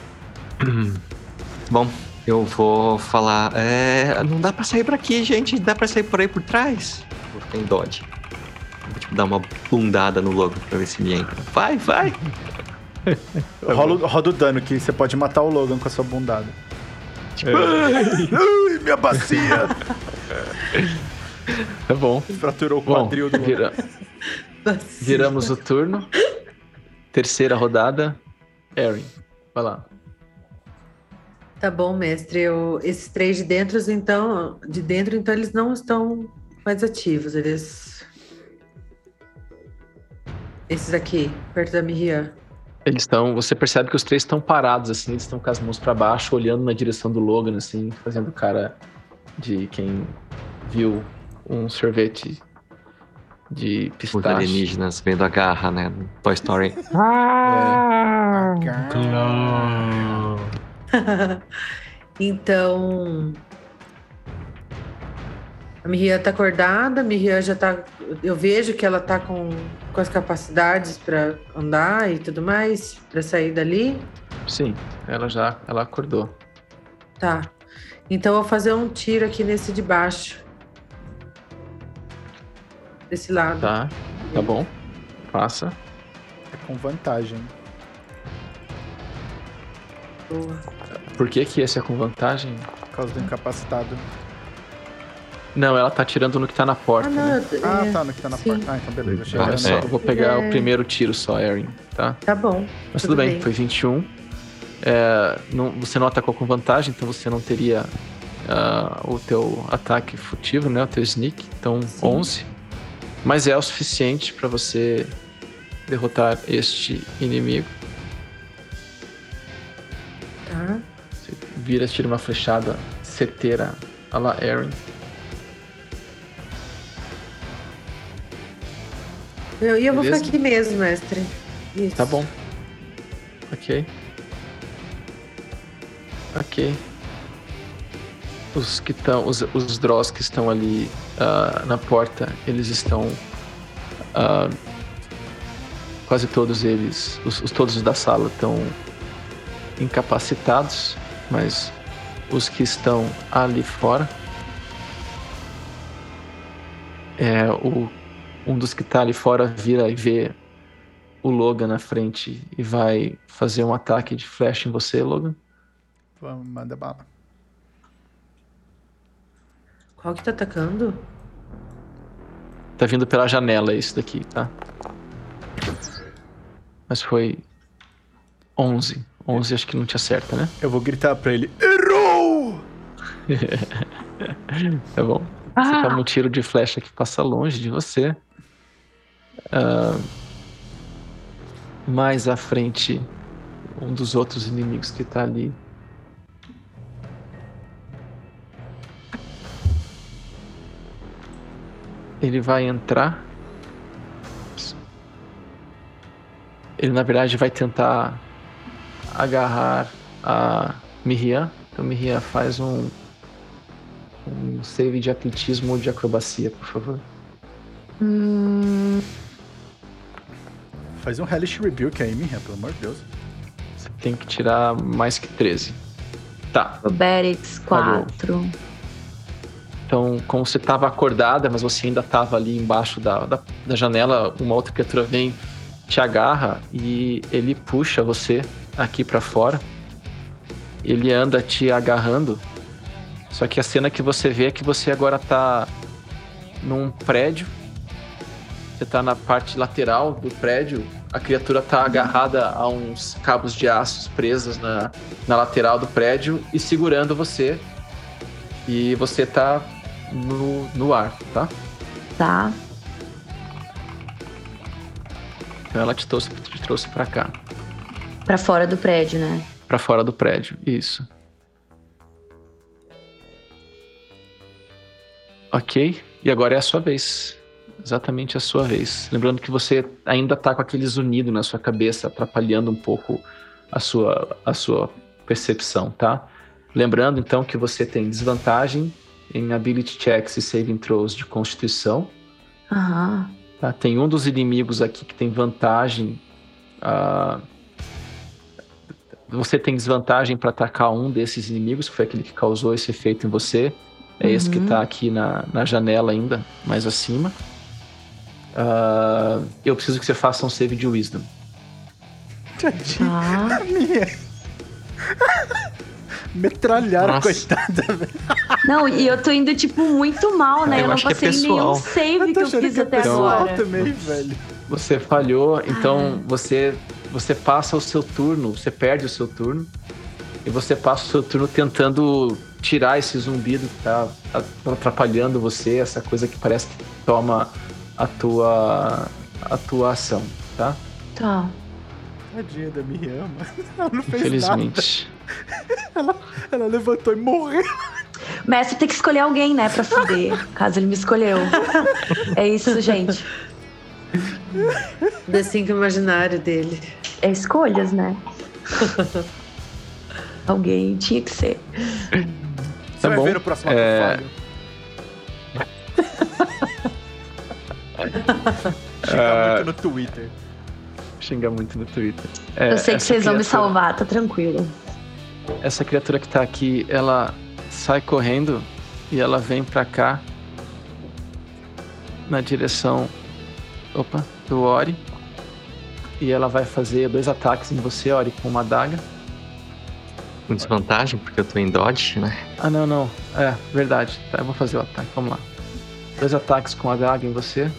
Bom, eu vou falar... não dá pra sair por aqui, gente. Dá pra sair por aí por trás. Vou ficar em dodge. Vou dar uma bundada no Logan pra ver se ele entra. Vai! Roda o dano, que você pode matar o Logan com a sua bundada. Ai, minha bacia! Tá bom. Fraturou o quadril do Logan. Viramos o turno. Terceira rodada. Erin, vai lá. Tá bom, mestre. Esses 3 de dentro, então, eles não estão mais ativos. Esses aqui, perto da Miriam. Eles estão... Você percebe que os 3 estão parados, assim. Eles estão com as mãos pra baixo, olhando na direção do Logan, assim. Fazendo cara de quem viu um sorvete de Os pistache. alienígenas vendo a garra, né? No Toy Story. Então, a Miriam tá acordada, a Miriam já tá... Eu vejo que ela tá com as capacidades para andar e tudo mais, para sair dali. Sim, ela acordou. Tá. Então eu vou fazer um tiro aqui nesse de baixo. Desse lado. Tá bom. Faça. É com vantagem. Boa. Por que esse é com vantagem? Por causa do incapacitado. Não, ela tá tirando no que tá na porta, né? Tá, no que tá na Sim. porta. Então beleza. Achei Olha que só, era eu vou pegar o primeiro tiro só, Erin, tá? Tá bom. Mas tudo bem, foi 21. Você não atacou com vantagem, então você não teria o teu ataque furtivo, né? O teu sneak. Então, Sim. 11. Mas é o suficiente pra você derrotar este inimigo. Tá. Você vira, tira uma flechada certeira a la Erin. Eu vou Beleza? ficar aqui mesmo, mestre. Isso. Tá bom. Ok. Os que estão, os Dross que estão ali na porta, eles estão quase todos eles, todos da sala estão incapacitados, mas os que estão ali fora, um dos que tá ali fora vira e vê o Logan na frente e vai fazer um ataque de flash em você, Logan. Vamos, manda bala. Qual que tá atacando? Tá vindo pela janela esse daqui, tá? Mas foi 11. 11 acho que não te acerta, né? Eu vou gritar pra ele: errou! Tá bom. Você toma um tiro de flecha que passa longe de você. Mais à frente, um dos outros inimigos que tá ali. Ele vai entrar. Ele, na verdade, vai tentar agarrar a Miriam. Então, Miriam, faz um save de atletismo ou de acrobacia, por favor. Faz um Hellish Rebuke aí, Miriam, pelo amor de Deus. Você tem que tirar mais que 13. Tá. Acrobatics 4. Então, como você estava acordada, mas você ainda estava ali embaixo da janela, uma outra criatura vem, te agarra e ele puxa você aqui pra fora. Ele anda te agarrando. Só que a cena que você vê é que você agora tá num prédio. Você tá na parte lateral do prédio. A criatura tá agarrada a uns cabos de aço presos na lateral do prédio e segurando você. E você tá no ar, tá? Tá. Então ela te trouxe pra cá. Pra fora do prédio, né? Pra fora do prédio, isso. Ok, e agora é a sua vez. Exatamente a sua vez. Lembrando que você ainda tá com aquele zunido na sua cabeça, atrapalhando um pouco a sua percepção, tá? Lembrando, então, que você tem desvantagem em Ability Checks e Saving Throws de Constituição. Aham. Tá? Tem um dos inimigos aqui que tem vantagem. Você tem desvantagem para atacar um desses inimigos, que foi aquele que causou esse efeito em você. É esse que tá aqui na janela ainda, mais acima. Eu preciso que você faça um save de Wisdom. Tadinho. Tá. Metralharam, Nossa. coitada, velho. Não, e eu tô indo, tipo, muito mal, né? Eu Eu não acho que é passei nenhum pessoal. save que eu achando fiz que é até pessoal agora. também, velho. Você falhou, então você passa o seu turno, você perde o seu turno. E você passa o seu turno tentando tirar esse zumbido que tá atrapalhando você, essa coisa que parece que toma a tua ação, tá? Tá. Tadinha da Miriam. Ela não fez Infelizmente. nada. Ela levantou e morreu. O mestre tem que escolher alguém, né, pra fuder, caso ele me escolheu. É isso, gente. The 5 imaginário dele. É escolhas, né? Alguém tinha que ser. Você vai ver o próximo ato Xinga muito no Twitter. Xinga muito no Twitter. Eu sei que vocês vão me criatura- salvar, tá tranquilo. Essa criatura que tá aqui, ela sai correndo e ela vem pra cá na direção do Ori. E ela vai fazer 2 ataques em você, Ori, com uma adaga. Com desvantagem, porque eu tô em dodge, né? Ah, não. É, verdade. Tá, eu vou fazer o ataque, vamos lá. 2 ataques com a adaga em você.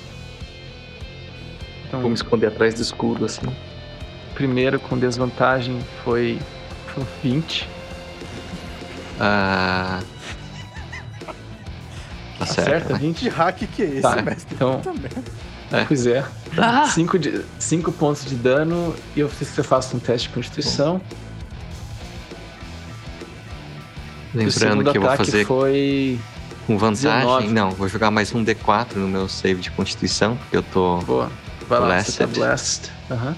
Então, Vou me esconder atrás do escudo, assim. primeiro com desvantagem foi 20. Tá certo, Acerta, né? 20? Que hack que é esse, Tá, mestre? então- Puta merda. Pois é. 5 pontos de dano e eu preciso que você faça um teste de constituição. E o Lembrando segundo que eu vou ataque fazer foi... com vantagem. 19. Não, vou jogar mais um D4 no meu save de constituição, porque eu tô... Boa. Vai lá, você tá Blasted. blessed. Aham.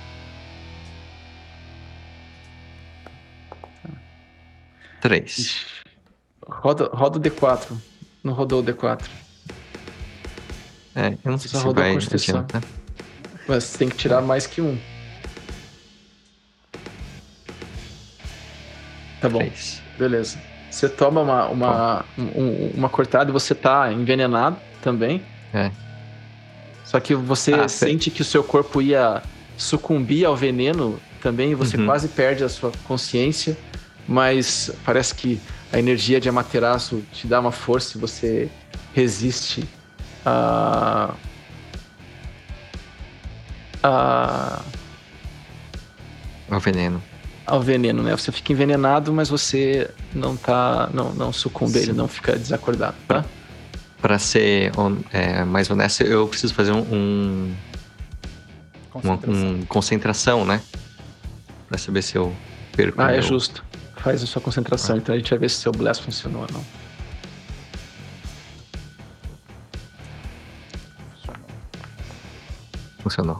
Três. Ixi. Roda o D4. Não rodou o D4. Eu não sei Só se rodou a vai Constituição. adiantar. Mas você tem que tirar mais que 1. Tá bom. 3. Beleza. Você toma uma cortada e você tá envenenado também. É. Só que você sente que o seu corpo ia sucumbir ao veneno também e você quase perde a sua consciência. Mas parece que a energia de Amaterasu te dá uma força e você resiste O veneno. ao veneno, né? Você fica envenenado, mas você não sucumbe, ele não fica desacordado, tá? Pra ser mais honesto, eu preciso fazer concentração, né? Pra saber se eu perco. É justo. Faz a sua concentração, então a gente vai ver se seu blast funcionou ou não. Funcionou.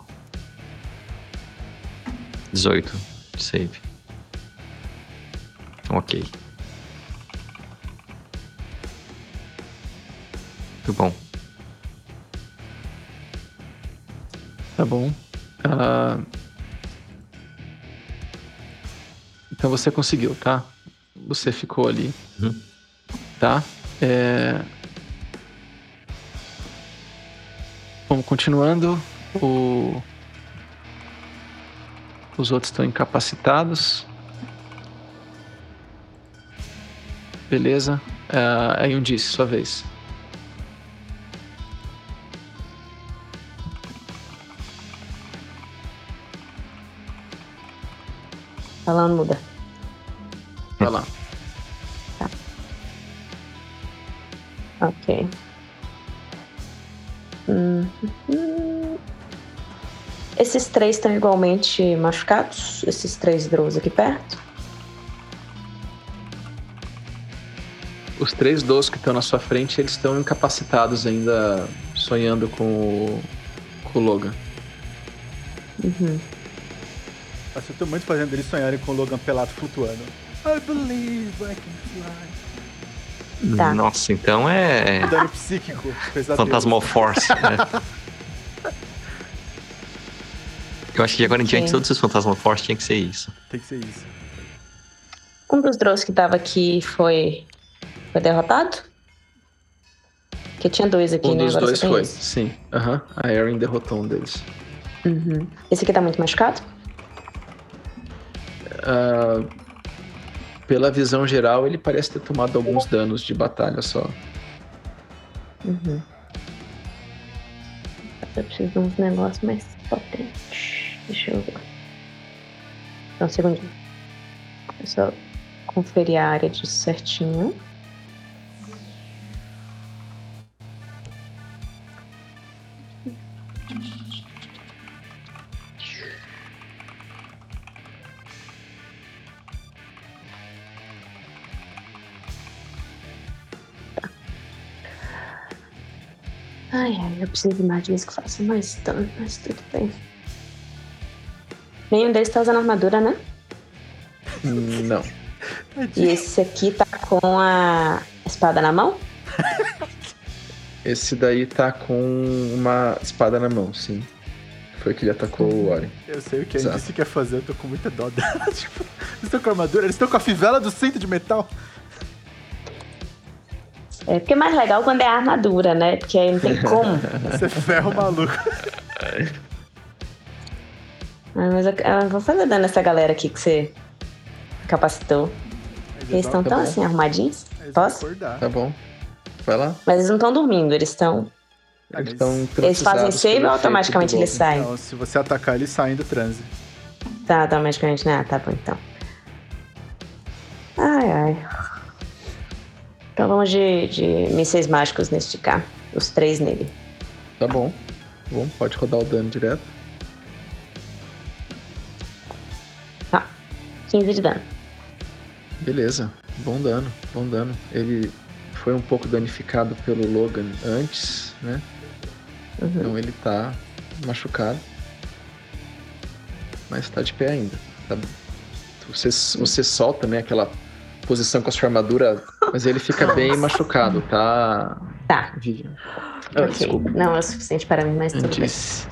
18 de save. Ok. Muito bom. Tá bom. Então você conseguiu, tá? Você ficou ali. Tá? Vamos continuando. Os outros estão incapacitados. Beleza. Aí um disse, sua vez. Falando muda. Vai lá. Ok. Esses 3 estão igualmente machucados? Esses 3 Drows aqui perto? Os 3 Drows que estão na sua frente, eles estão incapacitados ainda, sonhando com o Logan. Nossa, eu tô muito fazendo eles sonharem com o Logan pelado flutuando. I believe I can fly. Tá. Nossa, então é Dano psíquico. Pesadelo. Phantasmal Force. Né? Eu acho que agora em diante todos os Phantasmal Force tinha que ser isso. Tem que ser isso. Um dos Drows que tava aqui foi derrotado? Porque tinha 2 aqui, Um né? dos Agora 2 só tem foi, esse. sim. A Erin derrotou um deles. Esse aqui tá muito machucado? Pela visão geral, ele parece ter tomado alguns danos de batalha só. Eu preciso de uns negócios mais potentes. Deixa eu ver. Só um segundinho. Eu só conferir a área disso certinho. Ai, eu preciso de magias que façam mais dano, mas tudo bem. Nenhum deles tá usando armadura, né? Não. E esse aqui tá com a espada na mão? Esse daí tá com uma espada na mão, sim. Foi que ele atacou o Ori. Eu sei o que a Exato. Indice quer fazer, eu tô com muita dó dela. Tipo, eles estão com armadura, eles estão com a fivela do cinto de metal. É porque é mais legal quando é armadura, né? Porque aí não tem como. Você ferra o maluco. Mas eu vou fazer dano nessa galera aqui que você capacitou. Eles estão tá tão bom. assim, arrumadinhos. Eles vão Posso? acordar. Tá bom. Vai lá. Mas eles não estão dormindo, eles estão... Eles estão Eles fazem save ou automaticamente eles saem? Não, se você atacar, eles saem do transe. Tá, automaticamente, né? Tá bom, então. Ai, ai. Então vamos de mísseis mágicos neste cá. Os 3 nele. Tá bom. Bom, pode rodar o dano direto. Tá. 15 de dano. Beleza. Bom dano, bom dano. Ele foi um pouco danificado pelo Logan antes, né? Uhum. Então ele tá machucado. Mas tá de pé ainda. Tá... Você solta, né, aquela posição com a sua armadura, mas ele fica bem machucado, tá? Tá. Vivian. Ok. Desculpa. Não é o suficiente para mim, mas tudo bem. Antes.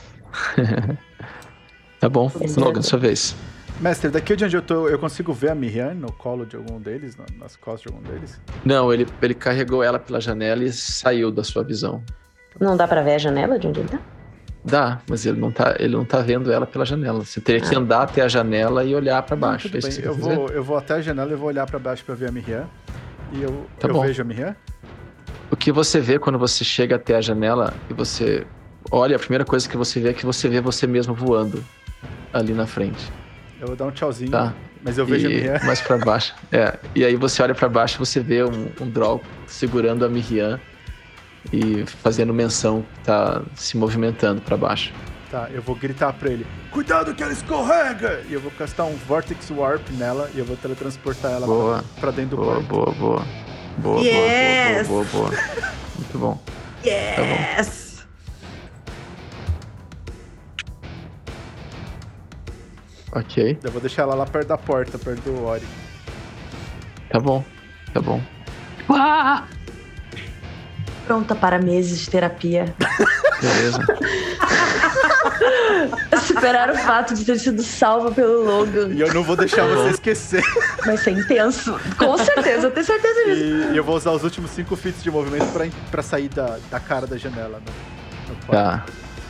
Tá bom. Beleza. Logan, sua vez. Mestre, daqui de onde eu tô, eu consigo ver a Miriam no colo de algum deles, nas costas de algum deles? Não, ele carregou ela pela janela e saiu da sua visão. Não dá pra ver a janela de onde ele tá? Dá, mas ele não tá vendo ela pela janela. Você teria que andar até a janela e olhar pra baixo. Tudo É isso bem, que você quer fazer? eu vou até a janela e vou olhar pra baixo pra ver a Miriam. E eu bom. vejo a Miriam? O que você vê quando você chega até a janela e você olha, a primeira coisa que você vê é que você vê você mesmo voando ali na frente. Eu vou dar um tchauzinho, Tá. mas eu vejo a Miriam. Mais pra baixo. E aí você olha pra baixo e você vê um Drow segurando a Miriam e fazendo menção que tá se movimentando pra baixo. Tá, eu vou gritar pra ele, cuidado que ela escorrega! E eu vou castar um Vortex Warp nela e eu vou teletransportar ela Boa. pra dentro do Boa, quarto. boa, boa. Boa, Yes! boa. Muito bom. Yes! Ok, Eu vou deixar ela lá perto da porta, perto do Ori. tá bom. Pronta para meses de terapia. Beleza. Superar o fato de ter sido salva pelo Logan. E eu não vou deixar você esquecer. Vai ser intenso. Com certeza, eu tenho certeza disso. E eu vou usar os últimos 5 feats de movimento pra sair da cara da janela. No quarto.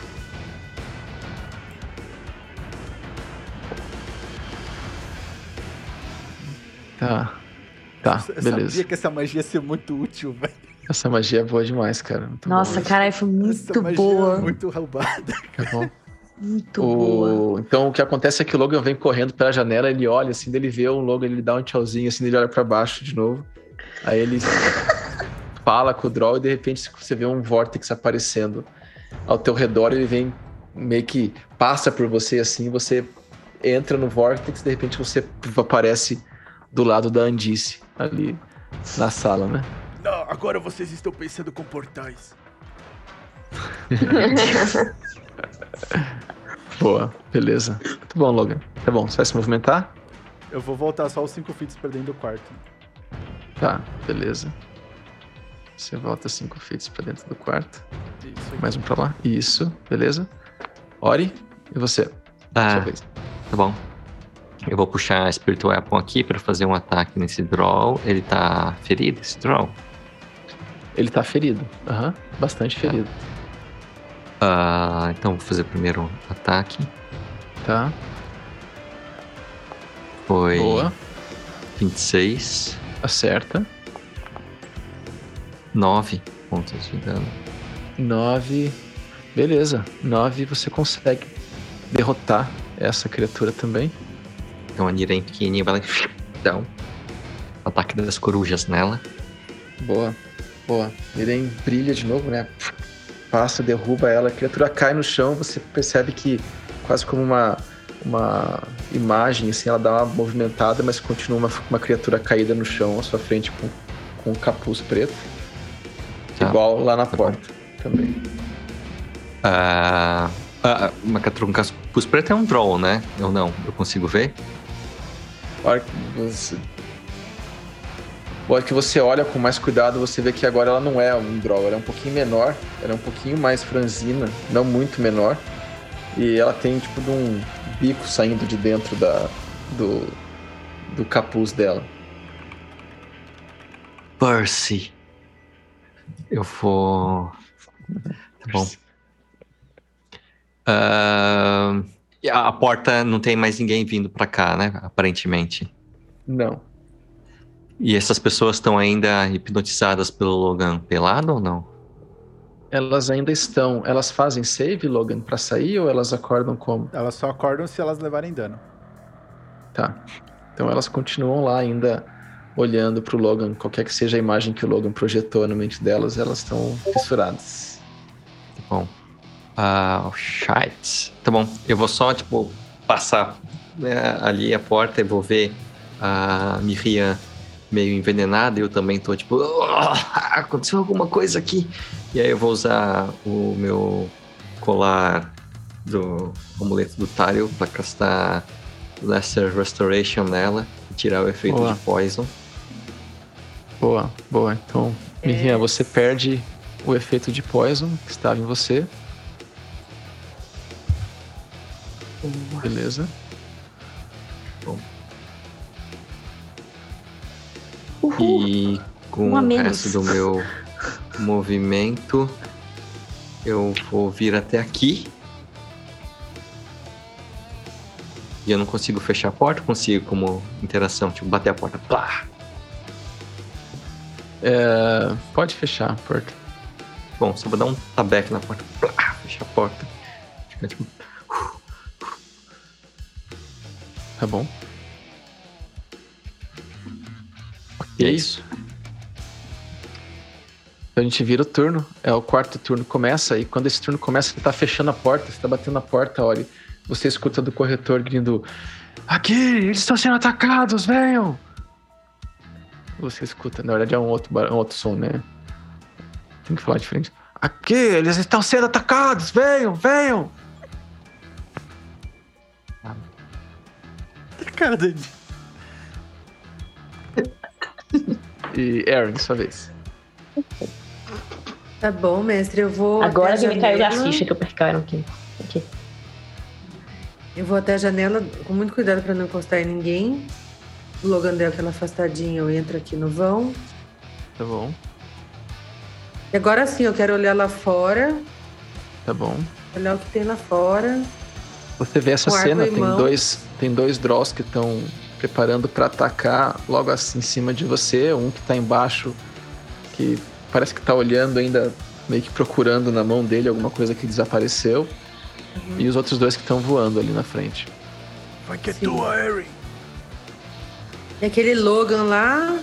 Tá, Eu beleza. sabia que essa magia ia ser muito útil, velho. Essa magia é boa demais, cara. Muito Nossa, boa. caralho, foi Essa muito magia boa. é muito roubada. Tá bom. Muito boa. Então o que acontece é que o Logan vem correndo pela janela, ele olha assim, daí ele vê o Logan, ele dá um tchauzinho assim, ele olha pra baixo de novo. Aí ele fala com o Drow e de repente você vê um Vortex aparecendo ao teu redor, ele vem meio que passa por você assim, você entra no Vortex, de repente você aparece do lado da Andice, ali na sala, né? Não, agora vocês estão pensando com portais. Boa, beleza. Muito bom, Logan. Tá bom, você vai se movimentar? Eu vou voltar só os 5 feats pra dentro do quarto. Tá, beleza. Você volta 5 feet pra dentro do quarto. Isso aqui. Mais um pra lá. Isso, beleza. Ori, e você? Ah, Sua vez. tá bom. Eu vou puxar a Spirit Weapon aqui pra fazer um ataque nesse Drow. Ele tá ferido, esse Drow? Ele tá ferido. Aham, bastante ferido. Então vou fazer o primeiro ataque. Tá, Foi boa. 26, Acerta. 9 pontos de dano. 9. Beleza. 9 você consegue derrotar essa criatura também. Então a Niren pequenininha vai lá e dá um ataque das corujas nela. Boa. Miren brilha de novo, né? Passa, derruba ela, a criatura cai no chão, você percebe que quase como uma imagem, assim, ela dá uma movimentada, mas continua uma criatura caída no chão à sua frente com um capuz preto. Tá. Igual lá na porta também. Uma criatura com capuz preto é um draw, né? Ou não? Eu consigo ver? A hora que você olha com mais cuidado, você vê que agora ela não é um draw, ela é um pouquinho menor, ela é um pouquinho mais franzina, não muito menor. E ela tem tipo um bico saindo de dentro do capuz dela. Percy. Eu vou... Tá bom. E a porta não tem mais ninguém vindo pra cá, né? Aparentemente. Não. E essas pessoas estão ainda hipnotizadas pelo Logan pelado ou não? Elas ainda estão. Elas fazem save, Logan, pra sair ou elas acordam como? Elas só acordam se elas levarem dano. Tá. Então elas continuam lá ainda olhando pro Logan. Qualquer que seja a imagem que o Logan projetou na mente delas, elas estão fissuradas. Tá bom. Shite. Tá bom. Eu vou só, passar ali a porta e vou ver a Miriam meio envenenada. Eu também tô aconteceu alguma coisa aqui. E aí eu vou usar o meu colar do amuleto do Tariel pra castar Lesser Restoration nela e tirar o efeito de Poison. Boa. Então, Miriam, você perde o efeito de Poison que estava em você. Beleza. Bom. E com o resto do meu movimento, eu vou vir até aqui. E eu não consigo fechar a porta, consigo como interação, bater a porta. Plá! Pode fechar a porta. Bom, só vou dar um tabeque na porta. Plá! Fechar a porta. Fica Tá bom. E é isso. Então a gente vira o turno. O quarto turno começa. E quando esse turno começa, ele tá fechando a porta. Você tá batendo na porta, olha. Você escuta do corretor grindo: aqui, eles estão sendo atacados, venham! Você escuta, na verdade é um outro som, né? Tem que falar diferente. Aqui, eles estão sendo atacados, venham! Cara dele. E Aaron, sua vez. Tá bom, mestre, eu vou. Agora que me caiu a ficha que eu percaram aqui. Eu vou até a janela com muito cuidado pra não encostar em ninguém. O Logan deu aquela afastadinha, eu entro aqui no vão. Tá bom. E agora sim, eu quero olhar lá fora. Tá bom. Olhar o que tem lá fora. Você vê essa Com cena, arco em tem dois Drolls que estão preparando pra atacar logo assim em cima de você. Um que tá embaixo, que parece que tá olhando ainda, meio que procurando na mão dele alguma coisa que desapareceu. E os outros dois que estão voando ali na frente. Vai que é tua, Harry. E aquele Logan lá.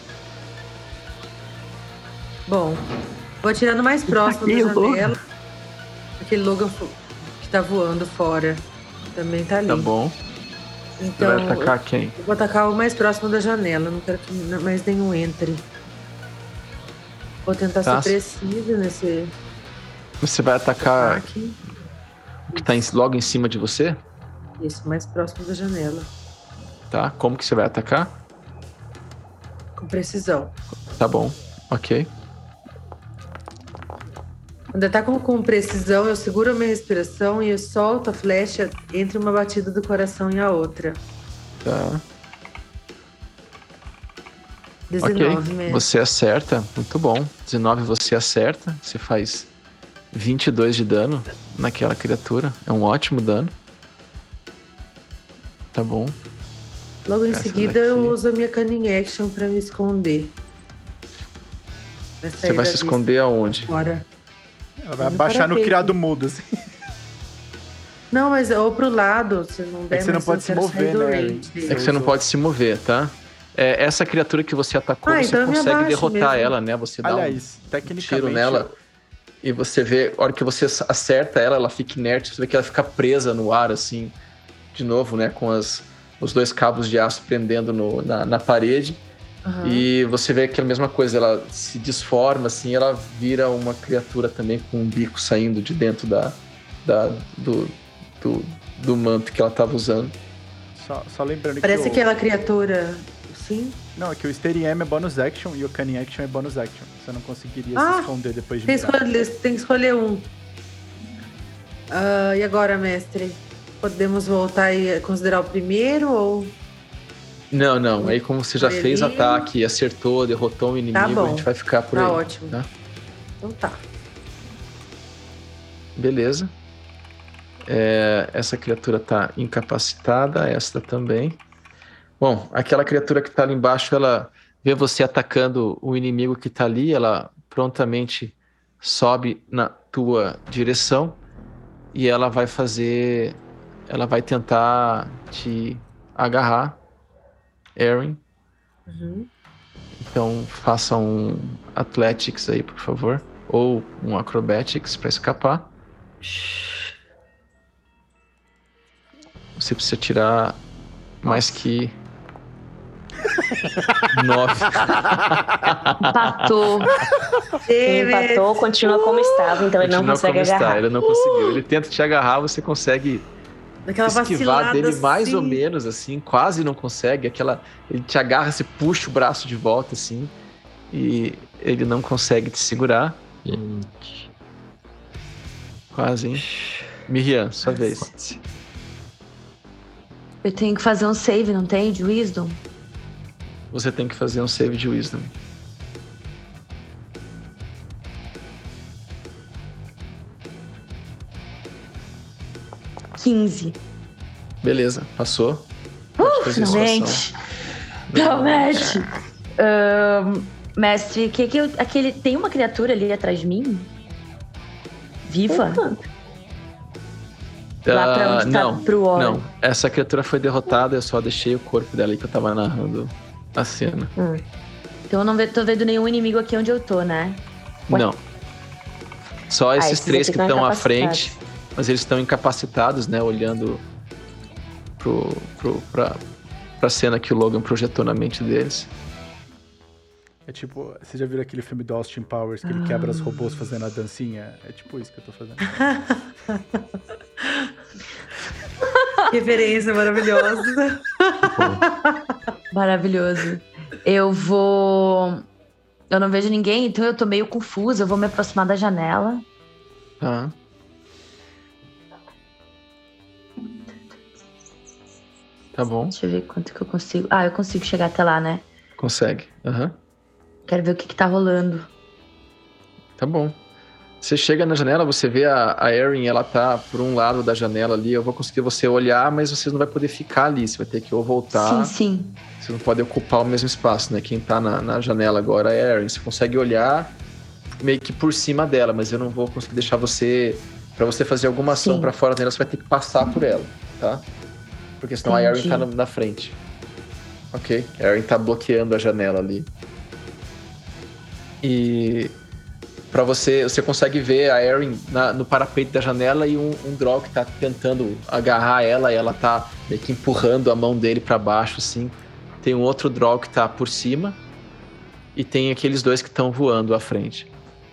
Bom, vou atirar no mais próximo da janela. Aquele Logan que tá voando fora. Também tá ali. Tá bom. Então, você vai atacar quem? Eu vou atacar o mais próximo da janela. Não quero que mais nenhum entre. Vou tentar ser preciso nesse. Você vai atacar ataque. O que tá logo em cima de você? Isso, mais próximo da janela. Tá, como que você vai atacar? Com precisão. Tá bom, ok. Quando eu ataco com precisão, eu seguro a minha respiração e eu solto a flecha entre uma batida do coração e a outra. Tá. 19 ok, mesmo. Você acerta, muito bom. 19 você acerta, você faz 22 de dano naquela criatura. É um ótimo dano. Tá bom. Logo em seguida eu uso a minha Cunning Action pra me esconder. Você vai se esconder aonde? Fora. Ela vai abaixar no criado mudo, assim. Não, mas ou pro lado, se não der, você não pode se mover, né? É que você não pode se mover, tá? Essa criatura que você atacou, você então consegue derrotar mesmo. ela, né? Você dá Aliás, um tecnicamente... tiro nela e você vê, a hora que você acerta ela, ela fica inerte, você vê que ela fica presa no ar, assim, de novo, né? Com os 2 cabos de aço prendendo na parede. Uhum. E você vê que é a mesma coisa, ela se desforma, assim, ela vira uma criatura também com um bico saindo de dentro do manto que ela estava usando. Só lembrando Parece que aquela criatura... Sim? Não, é que o Steady Aim é bonus action e o Cunning Action é bonus action. Você não conseguiria se esconder depois de virar. Tem que escolher um. E agora, mestre? Podemos voltar e considerar o primeiro ou... Não. Aí como você já fez ataque, acertou, derrotou um inimigo, bom. a gente vai ficar por aí. Tá ótimo. Tá? Então tá. Beleza. Essa criatura tá incapacitada, esta também. Bom, aquela criatura que tá ali embaixo, ela vê você atacando o inimigo que tá ali, ela prontamente sobe na tua direção e ela vai tentar te agarrar, Erin. Uhum. Então faça um Athletics aí, por favor, ou um Acrobatics para escapar. Você precisa tirar mais que 9. Empatou. Empatou, continua como estava, então ele não consegue agarrar. Ele não conseguiu. Ele tenta te agarrar, você consegue Daquela esquivar dele assim. mais ou menos, assim, quase não consegue. Ele te agarra, você puxa o braço de volta, assim, e ele não consegue te segurar. Quase, hein? Miriam, sua vez. Eu tenho que fazer um save, não tem? De Wisdom? Você tem que fazer um save de Wisdom. $15. Beleza, passou. Pode fazer sua ação. Finalmente! Mestre, tem uma criatura ali atrás de mim? Viva? Lá pra onde tá pro Warren? Não, essa criatura foi derrotada, eu só deixei o corpo dela aí que eu tava narrando a cena. Então eu não tô vendo nenhum inimigo aqui onde eu tô, né? Ué? Não. Só esses 3 que estão à frente, mas eles estão incapacitados, né? Olhando pra cena que o Logan projetou na mente deles. É tipo, você já viu aquele filme do Austin Powers que ele quebra os robôs fazendo a dancinha? É tipo isso que eu tô fazendo. Referência maravilhosa. Maravilhoso. Eu não vejo ninguém, então eu tô meio confusa. Eu vou me aproximar da janela. Tá. Tá bom. Deixa eu ver quanto que eu consigo. Eu consigo chegar até lá, né? Consegue. Quero ver o que tá rolando. Tá bom. Você chega na janela, você vê a Erin, ela tá por um lado da janela ali. Eu vou conseguir você olhar, mas você não vai poder ficar ali. Você vai ter que ou voltar. Sim. Você não pode ocupar o mesmo espaço, né? Quem tá na janela agora é a Erin. Você consegue olhar meio que por cima dela, mas eu não vou conseguir deixar você... Pra você fazer alguma ação pra fora dela, você vai ter que passar por ela, tá? Porque senão a Erin tá na frente. Ok? A Erin tá bloqueando a janela ali. E... Pra você consegue ver a Erin no parapeito da janela e um Drow que tá tentando agarrar ela e ela tá meio que empurrando a mão dele pra baixo, assim. Tem um outro Drow que tá por cima e tem aqueles 2 que estão voando à frente.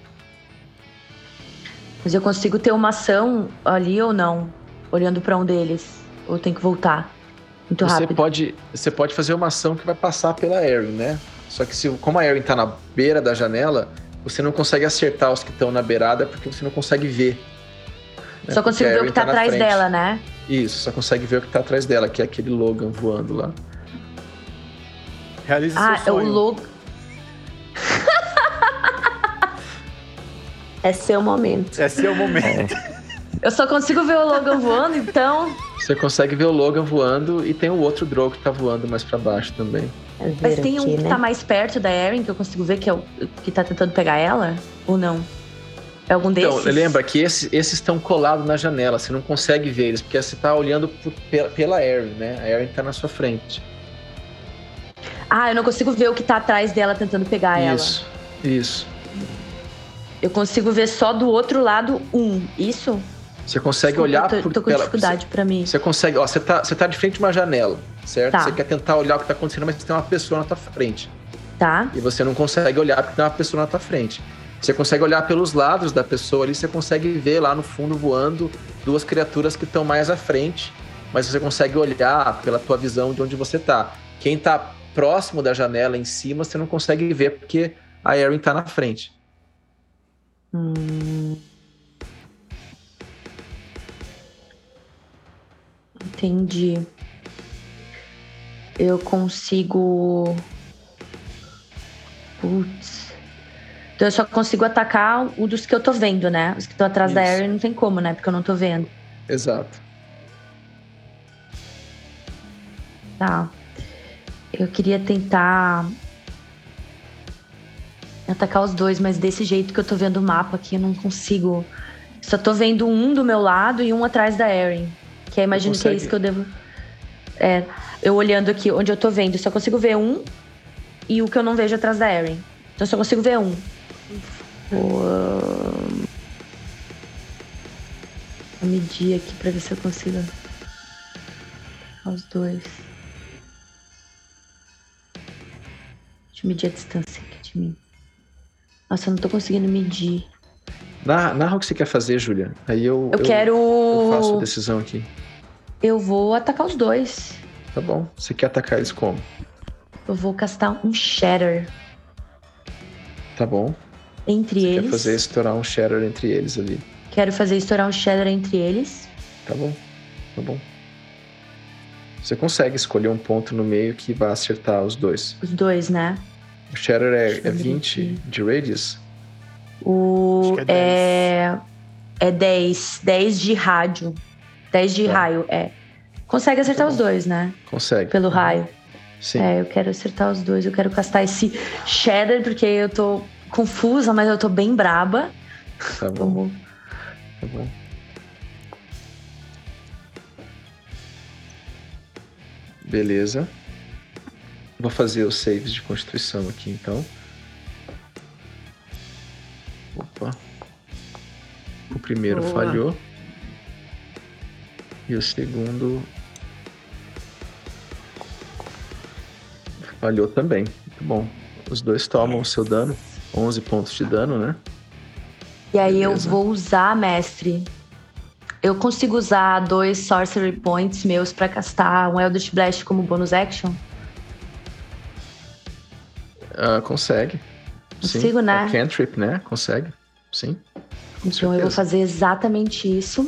Mas eu consigo ter uma ação ali ou não? Olhando pra um deles? Ou tem que voltar? Muito rápido. Você pode fazer uma ação que vai passar pela Erin, né? Só que como a Erin tá na beira da janela... Você não consegue acertar os que estão na beirada porque você não consegue ver. Né? Só consigo ver o que tá atrás dela, né? Isso, só consegue ver o que tá atrás dela, que é aquele Logan voando lá. Realize seu sonho. É o Logan. É seu momento. É seu momento. Eu só consigo ver o Logan voando, então... Você consegue ver o Logan voando e tem o outro Drow que tá voando mais pra baixo também. Mas tem um que tá mais perto da Erin, que eu consigo ver que é o que tá tentando pegar ela? Ou não? É algum desses? Então, lembra que esses estão colados na janela, você não consegue ver eles, porque você tá olhando pela Erin, né? A Erin tá na sua frente. Eu não consigo ver o que tá atrás dela tentando pegar ela. Isso. Eu consigo ver só do outro lado isso? Você consegue olhar... Tô com dificuldade pra mim. Você consegue... Ó, você tá de frente a uma janela, certo? Tá. Você quer tentar olhar o que tá acontecendo, mas tem uma pessoa na tua frente. Tá. E você não consegue olhar porque tem uma pessoa na tua frente. Você consegue olhar pelos lados da pessoa ali, você consegue ver lá no fundo voando 2 criaturas que estão mais à frente, mas você consegue olhar pela tua visão de onde você tá. Quem tá próximo da janela em cima, você não consegue ver porque a Erin tá na frente. Entendi. Eu consigo... Putz. Então eu só consigo atacar o dos que eu tô vendo, né? Os que estão atrás da Erin não tem como, né? Porque eu não tô vendo. Exato. Tá. Eu queria tentar atacar os 2, mas desse jeito que eu tô vendo o mapa aqui, eu não consigo. Só tô vendo um do meu lado e um atrás da Erin. Que eu imagino que é isso que eu devo... eu olhando aqui onde eu tô vendo, só consigo ver um e o que eu não vejo atrás da Erin. Então eu só consigo ver um. Vou medir aqui pra ver se eu consigo os 2. Deixa eu medir a distância aqui de mim. Nossa, eu não tô conseguindo medir. Narra o que você quer fazer, Júlia. Aí eu faço a decisão aqui. Eu vou atacar os 2. Tá bom. Você quer atacar eles como? Eu vou castar um Shatter. Tá bom. Entre eles. Quer fazer estourar um Shatter entre eles ali. Quero fazer estourar um Shatter entre eles. Tá bom. Tá bom. Você consegue escolher um ponto no meio que vai acertar os 2. Os 2, né? O Shatter é 20 de radius? O Acho que é 10. 10 de rádio. 10 de raio, Consegue acertar os 2, né? Consegue. Pelo raio. Sim. Eu quero acertar os 2. Eu quero castar esse Shatter, porque eu tô confusa, mas eu tô bem braba. Tá bom. Tá bom. Beleza. Vou fazer os saves de constituição aqui, então. Opa. O primeiro falhou. E o segundo... falhou também. Muito bom. Os 2 tomam o seu dano. 11 pontos de dano, né? E aí Beleza. eu vou usar, mestre... Eu consigo usar 2 Sorcery Points meus pra castar um Eldritch Blast como bonus action? Consegue. Consigo, sim. né? A cantrip, né? Consegue. Sim. Então eu vou fazer exatamente isso.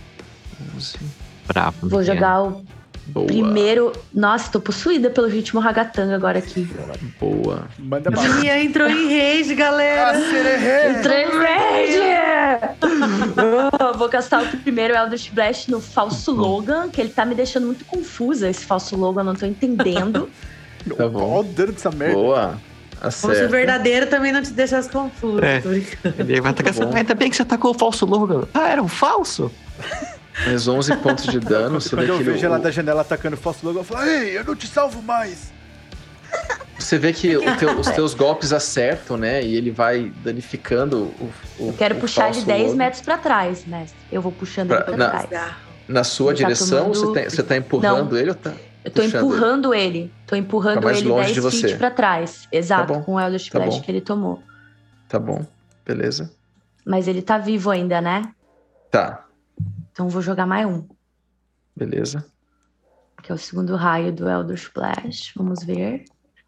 Bravo. Vou jogar o Boa. primeiro... Nossa, tô possuída pelo ritmo ragatanga agora aqui. Boa. Manda bala. Mia entrou em rage, galera. Entrei em rage! Vou castar o primeiro Eldritch Blast no falso Logan, que ele tá me deixando muito confusa, esse falso Logan, eu não tô entendendo. Tá bom. Olha o dano dessa merda. Boa. Como se o Acerta. verdadeiro também não te deixasse confuso. É. Tô brincando. Ele vai atacar. Tá bom. Ainda bem que você atacou o falso Logan. Era um falso? Mais 11 pontos de dano. Você Quando vê eu que vejo ela da janela atacando o falso logo, eu falo, ei, eu não te salvo mais. Você vê que os teus golpes acertam, né? E ele vai danificando o Eu quero puxar ele falso 10 logo. metros pra trás, mestre. Eu vou puxando ele pra trás. Na sua Ele tá direção, tomando- você tá empurrando Não. ele ou tá Eu tô puxando empurrando ele. Tô empurrando Tá mais ele longe 10 de você. feet pra trás. Exato, bom, com o Eldritch tá Blast bom. que ele tomou. ele? Tá bom. Beleza. Mas ele tá vivo ainda, né? Tá. Então eu vou jogar mais um. Beleza. Que é o segundo raio do Eldritch Blast. Vamos ver.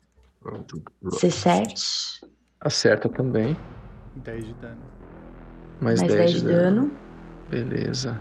17. Acerta também. 10 de dano. Mais Mais 10 10 de dano. Beleza.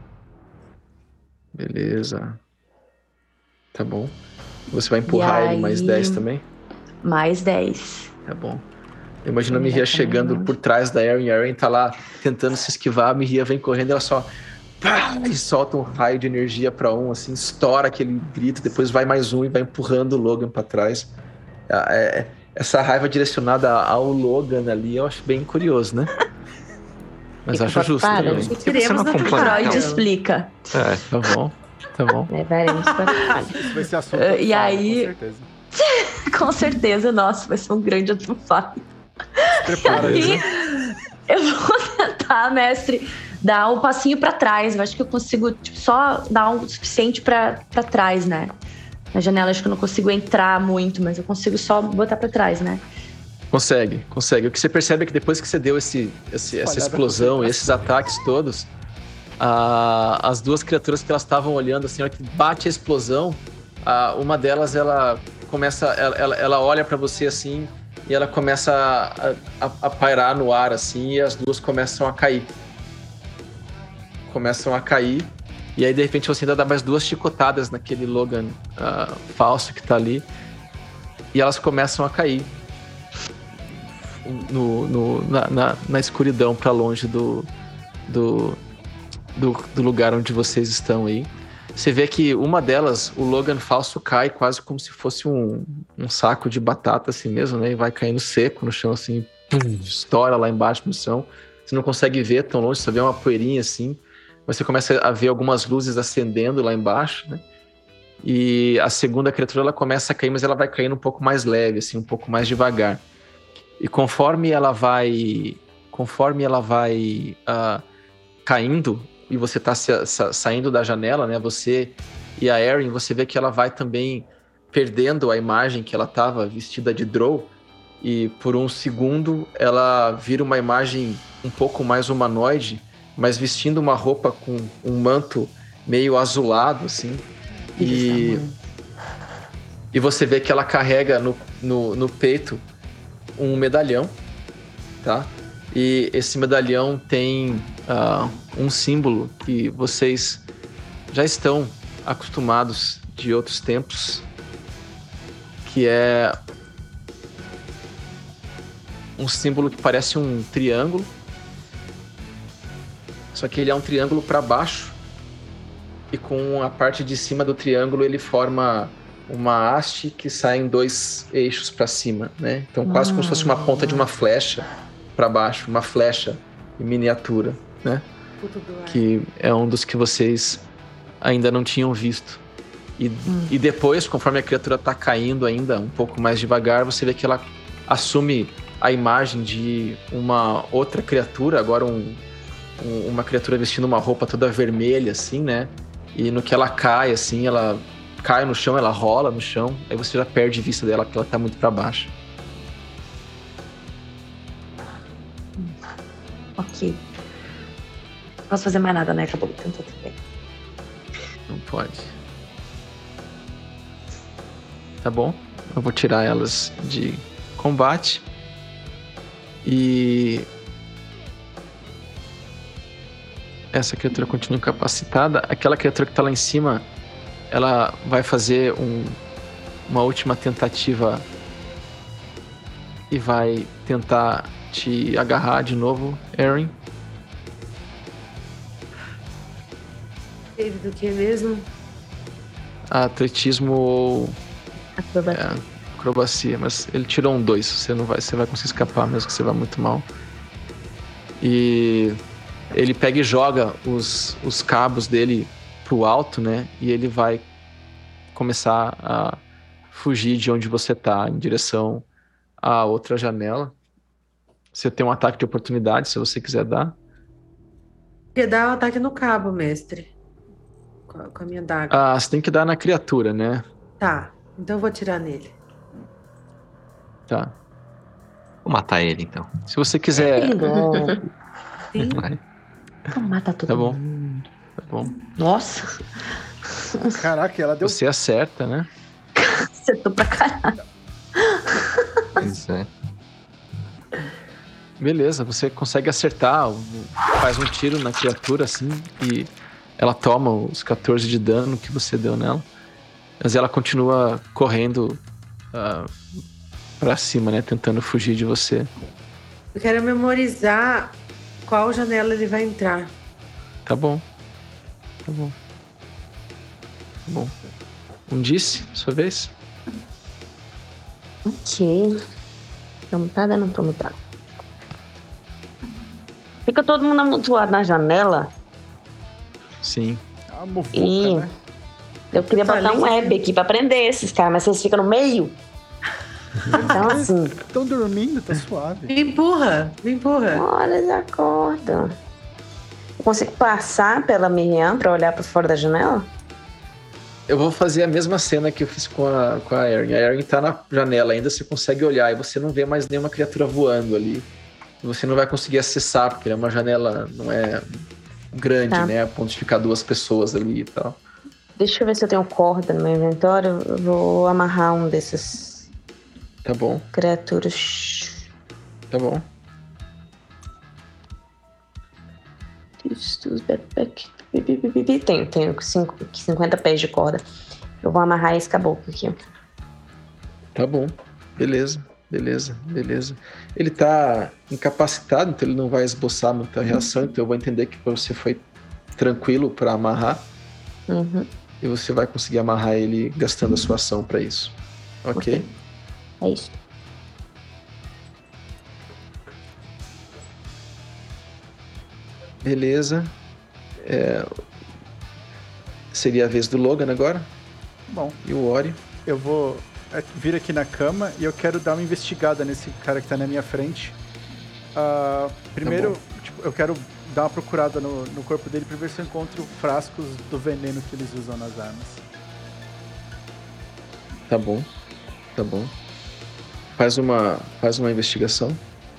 Beleza. Tá bom. Você vai empurrar E ele mais aí- 10 também? Mais 10. Tá bom. Eu imagino a Ele Mihia vai chegando também, por trás da Erin. A Erin tá lá tentando se esquivar. A Mihia vem correndo, ela só... pá, e solta um raio de energia pra um, assim, estoura aquele grito, depois vai mais um e vai empurrando o Logan pra trás. Essa raiva direcionada ao Logan ali, eu acho bem curioso, né? Mas acho justo para, também. gente. Queremos não na acompanha, temporada. Freud então. explica. É. Tá bom, tá bom. Levaremos pra Isso vai ser assunto. E aí- com certeza. Com certeza, nossa, vai ser um grande fight. Prepara E isso. eu vou tentar, mestre, dar um passinho pra trás. Eu acho que eu consigo só dar um suficiente pra trás, né? Na janela acho que eu não consigo entrar muito, mas eu consigo só botar pra trás, né? Consegue. O que você percebe é que depois que você deu essa explosão e esses ataques todos, as duas criaturas que elas estavam olhando, assim, a hora que bate a explosão, uma delas, ela começa, ela olha pra você, assim, e ela começa a pairar no ar, assim, e as duas começam a cair. E aí, de repente, você ainda dá mais 2 chicotadas naquele Logan falso que tá ali, e elas começam a cair na escuridão pra longe do lugar onde vocês estão aí. Você vê que uma delas, o Logan falso, cai quase como se fosse um saco de batata assim mesmo, né? E vai caindo seco no chão, assim, pum, estoura lá embaixo no chão. Você não consegue ver tão longe, só vê uma poeirinha assim. Mas você começa a ver algumas luzes acendendo lá embaixo, né? E a segunda criatura, ela começa a cair, mas ela vai caindo um pouco mais leve, assim, um pouco mais devagar. E conforme ela vai caindo, e você tá saindo da janela, né? Você e a Erin, você vê que ela vai também perdendo a imagem que ela estava vestida de Drow. E por um segundo ela vira uma imagem um pouco mais humanoide, mas vestindo uma roupa com um manto meio azulado, assim. E você vê que ela carrega no peito um medalhão, tá? E esse medalhão tem um símbolo que vocês já estão acostumados de outros tempos, que é um símbolo que parece um triângulo, só que ele é um triângulo para baixo, e com a parte de cima do triângulo ele forma uma haste que sai em 2 eixos para cima, né? Então quase como se fosse uma ponta de uma flecha para baixo, uma flecha em miniatura, né? Que é um dos que vocês ainda não tinham visto. E depois, conforme a criatura tá caindo ainda um pouco mais devagar, você vê que ela assume a imagem de uma outra criatura, agora uma criatura vestindo uma roupa toda vermelha, assim, né? E no que ela cai, assim, ela cai no chão, ela rola no chão, aí você já perde vista dela, porque ela tá muito para baixo. Ok. Não posso fazer mais nada, né? Acabou. Então tudo bem. Não pode. Tá bom. Eu vou tirar elas de combate. E essa criatura continua incapacitada. Aquela criatura que tá lá em cima, ela vai fazer uma última tentativa e vai tentar te agarrar de novo, Erin. Teve do que mesmo? Atletismo ou Acrobacia. Acrobacia, mas ele tirou um 2. Você vai conseguir escapar mesmo que você vá muito mal. E ele pega e joga os cabos dele pro alto, né? E ele vai começar a fugir de onde você tá, em direção à outra janela. Você tem um ataque de oportunidade, se você quiser dar. Queria dar um ataque no cabo, mestre. Com a minha daga. Você tem que dar na criatura, né? Tá, então eu vou tirar nele. Tá. Vou matar ele, então. Se você quiser... Sim. Vai. Então mata todo Tá bom. mundo. Tá bom. Nossa. Caraca, ela deu... Você acerta, né? Acertou pra caralho. Pois é. Beleza, você consegue acertar, faz um tiro na criatura, assim, e ela toma os 14 de dano que você deu nela. Mas ela continua correndo pra cima, né? Tentando fugir de você. Eu quero memorizar qual janela ele vai entrar. Tá bom. Tá bom. Tá bom. Disse, sua vez? Ok. Então tá dando pra mudar. Fica todo mundo amontoado na janela. Sim. A muvuca, E né? eu queria botar um web aqui pra prender esses caras, mas vocês ficam no meio. Então, assim, Estão dormindo, tá suave. Me empurra, me empurra. hora eles acordam. Eu consigo passar pela Miriam pra olhar pra fora da janela? Eu vou fazer a mesma cena que eu fiz com a Erin. A Erin tá na janela ainda, você consegue olhar e você não vê mais nenhuma criatura voando ali. Você não vai conseguir acessar, porque é uma janela, não é grande, Tá. né? A ponto de ficar 2 pessoas ali e tal. Deixa eu ver se eu tenho corda no meu inventório. Eu vou amarrar um desses Tá bom, criaturas. tá bom. Backpack. Tenho 50 pés de corda. Eu vou amarrar esse caboclo aqui. Tá bom, beleza. Ele tá incapacitado, então ele não vai esboçar muita reação, então eu vou entender que você foi tranquilo pra amarrar Uhum. e você vai conseguir amarrar ele gastando a sua ação pra isso. Ok? É isso. Beleza. Seria a vez do Logan agora Bom, e o Ori. eu vou vir aqui na cama e eu quero dar uma investigada nesse cara que tá na minha frente. Primeiro, tipo, eu quero dar uma procurada no corpo dele pra ver se eu encontro frascos do veneno que eles usam nas armas. Tá bom. Faz uma investigação.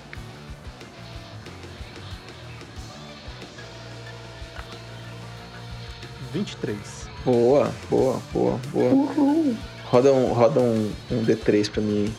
— 23. Boa. Roda um D3 pra mim.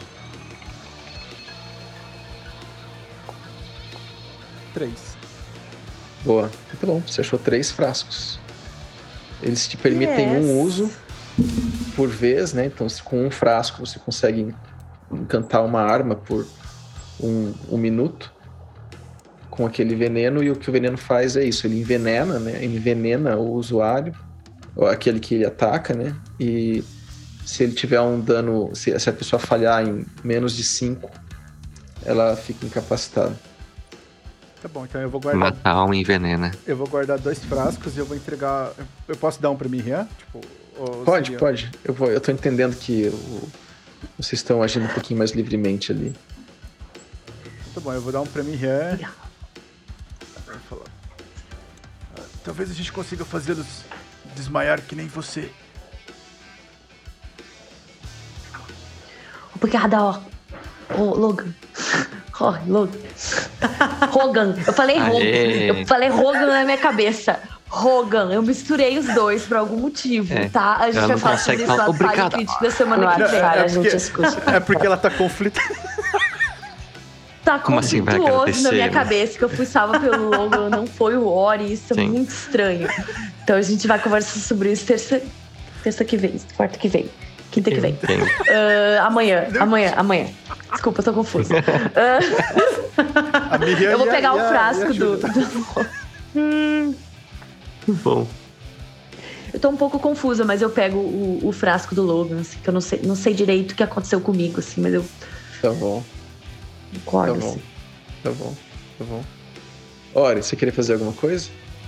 3. Boa. Muito bom. Você achou 3 frascos. Eles te permitem um uso por vez, né? Então, com um frasco você consegue encantar uma arma por um minuto com aquele veneno, e o que o veneno faz é isso, ele envenena, né? Ele envenena o usuário, ou aquele que ele ataca, né? E se ele tiver um dano, se a pessoa falhar em menos de 5, ela fica incapacitada. Tá bom, então eu vou guardar. Matar um envenena. Eu vou guardar 2 frascos e eu vou entregar. Eu posso dar um pra Miriam? Tipo, Pode. Eu tô entendendo que vocês estão agindo um pouquinho mais livremente ali. Tá bom, eu vou dar um pra Miriam. Vai falar. Talvez a gente consiga fazê-los desmaiar que nem você. Obrigada, ó. Ô, Logan. Ó, Logan. Rogan. Eu falei Rogan. Aê. Eu falei Rogan na minha cabeça. Rogan. Eu misturei os dois por algum motivo, tá? A gente Ela vai não falar consegue sobre isso falar, lá no Falha obrigada. Crítico da semana No que vem. WhatsApp a porque- gente escuta. É porque ela tá conflitada. Tá Como assim vai conflituoso na agradecer, minha né? cabeça que eu fui salva pelo Logan, não foi o Ori. Isso é Sim. muito estranho. Então a gente vai conversar sobre isso terça que vem, quarta que vem, quinta que vem. Tem. Amanhã. Desculpa, eu tô confusa. A Miriam Eu vou e a- pegar e o a- frasco e a Júlia. Bom. Eu tô um pouco confusa, mas eu pego o frasco do Logan, assim, que eu não sei direito o que aconteceu comigo, assim, mas eu Tá bom. acordo, Tá bom. assim. Tá bom. Ori, você queria fazer alguma coisa?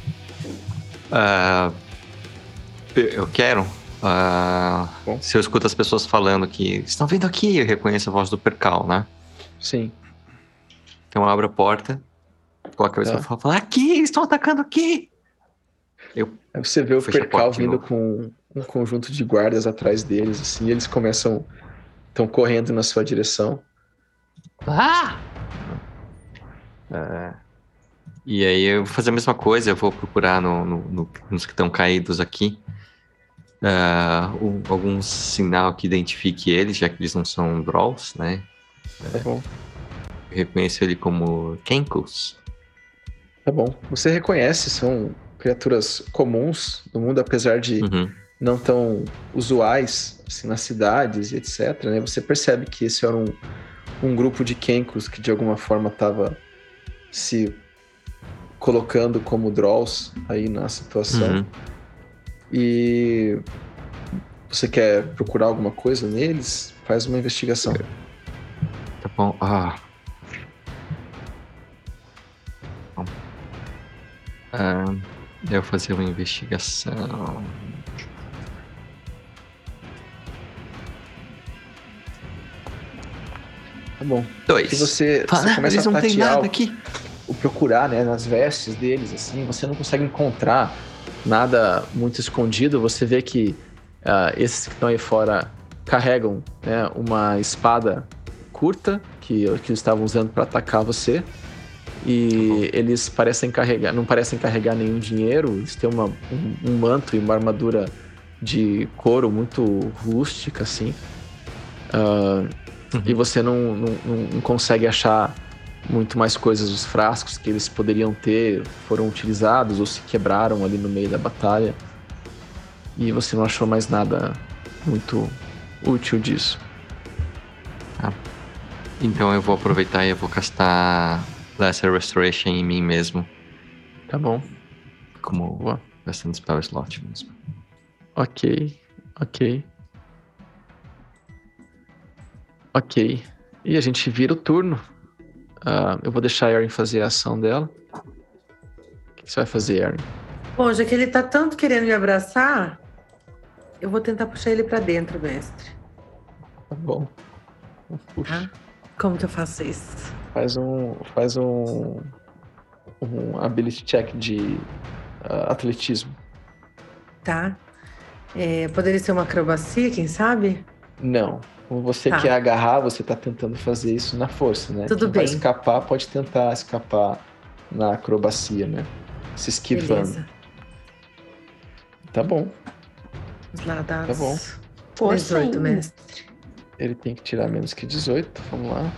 Eu quero. Bom. Se eu escuto as pessoas falando que estão vindo aqui, eu reconheço a voz do Percal, né? Sim. Então eu abro a porta, coloco a cabeça Tá. pra fora, aqui, estão atacando aqui! Aí você vê o Fecha a Percal porta de vindo novo. com um conjunto de guardas atrás deles, assim, e eles estão correndo na sua direção. E aí eu vou fazer a mesma coisa, eu vou procurar nos que estão caídos aqui algum sinal que identifique eles, já que eles não são Drolls, né? Tá bom. Eu reconheço ele como Kenkos. Tá bom. Você reconhece, são criaturas comuns do mundo, apesar de Uhum. não tão usuais assim, nas cidades e etc. Né? Você percebe que esse era um grupo de Kenkos que de alguma forma estava se colocando como Drolls aí na situação. Uhum. E você quer procurar alguma coisa neles? Faz uma investigação. Tá bom. Bom. Eu vou fazer uma investigação. Tá bom. 2. Se você começa eles a não tem nada tatear, aqui. o procurar, né, nas vestes deles, assim, você não consegue encontrar nada muito escondido. Você vê que esses que estão aí fora carregam, né, uma espada curta que eles estavam usando para atacar você. E eles não parecem carregar nenhum dinheiro. Eles têm um manto e uma armadura de couro muito rústica, assim. E você não consegue achar muito mais coisas. Os frascos que eles poderiam ter foram utilizados ou se quebraram ali no meio da batalha. E você não achou mais nada muito útil disso. Então eu vou aproveitar e eu vou castar Lesser Restoration em mim mesmo. Tá bom. Como gastando spell slot mesmo. Ok. E a gente vira o turno. Eu vou deixar a Erin fazer a ação dela. O que você vai fazer, Erin? Bom, já que ele tá tanto querendo me abraçar, eu vou tentar puxar ele pra dentro, mestre. Tá bom. Puxa. Como que eu faço isso? Faz um ability check de atletismo. Tá. Poderia ser uma acrobacia, quem sabe? Não. Como você quer agarrar, você tá tentando fazer isso na força, né? Tudo Quem bem. vai escapar, pode tentar escapar na acrobacia, né? Se esquivando. Beleza. Tá bom. Vamos lá, dados. Tá bom. Força 18, ainda. mestre. Ele tem que tirar menos que 18. Vamos lá.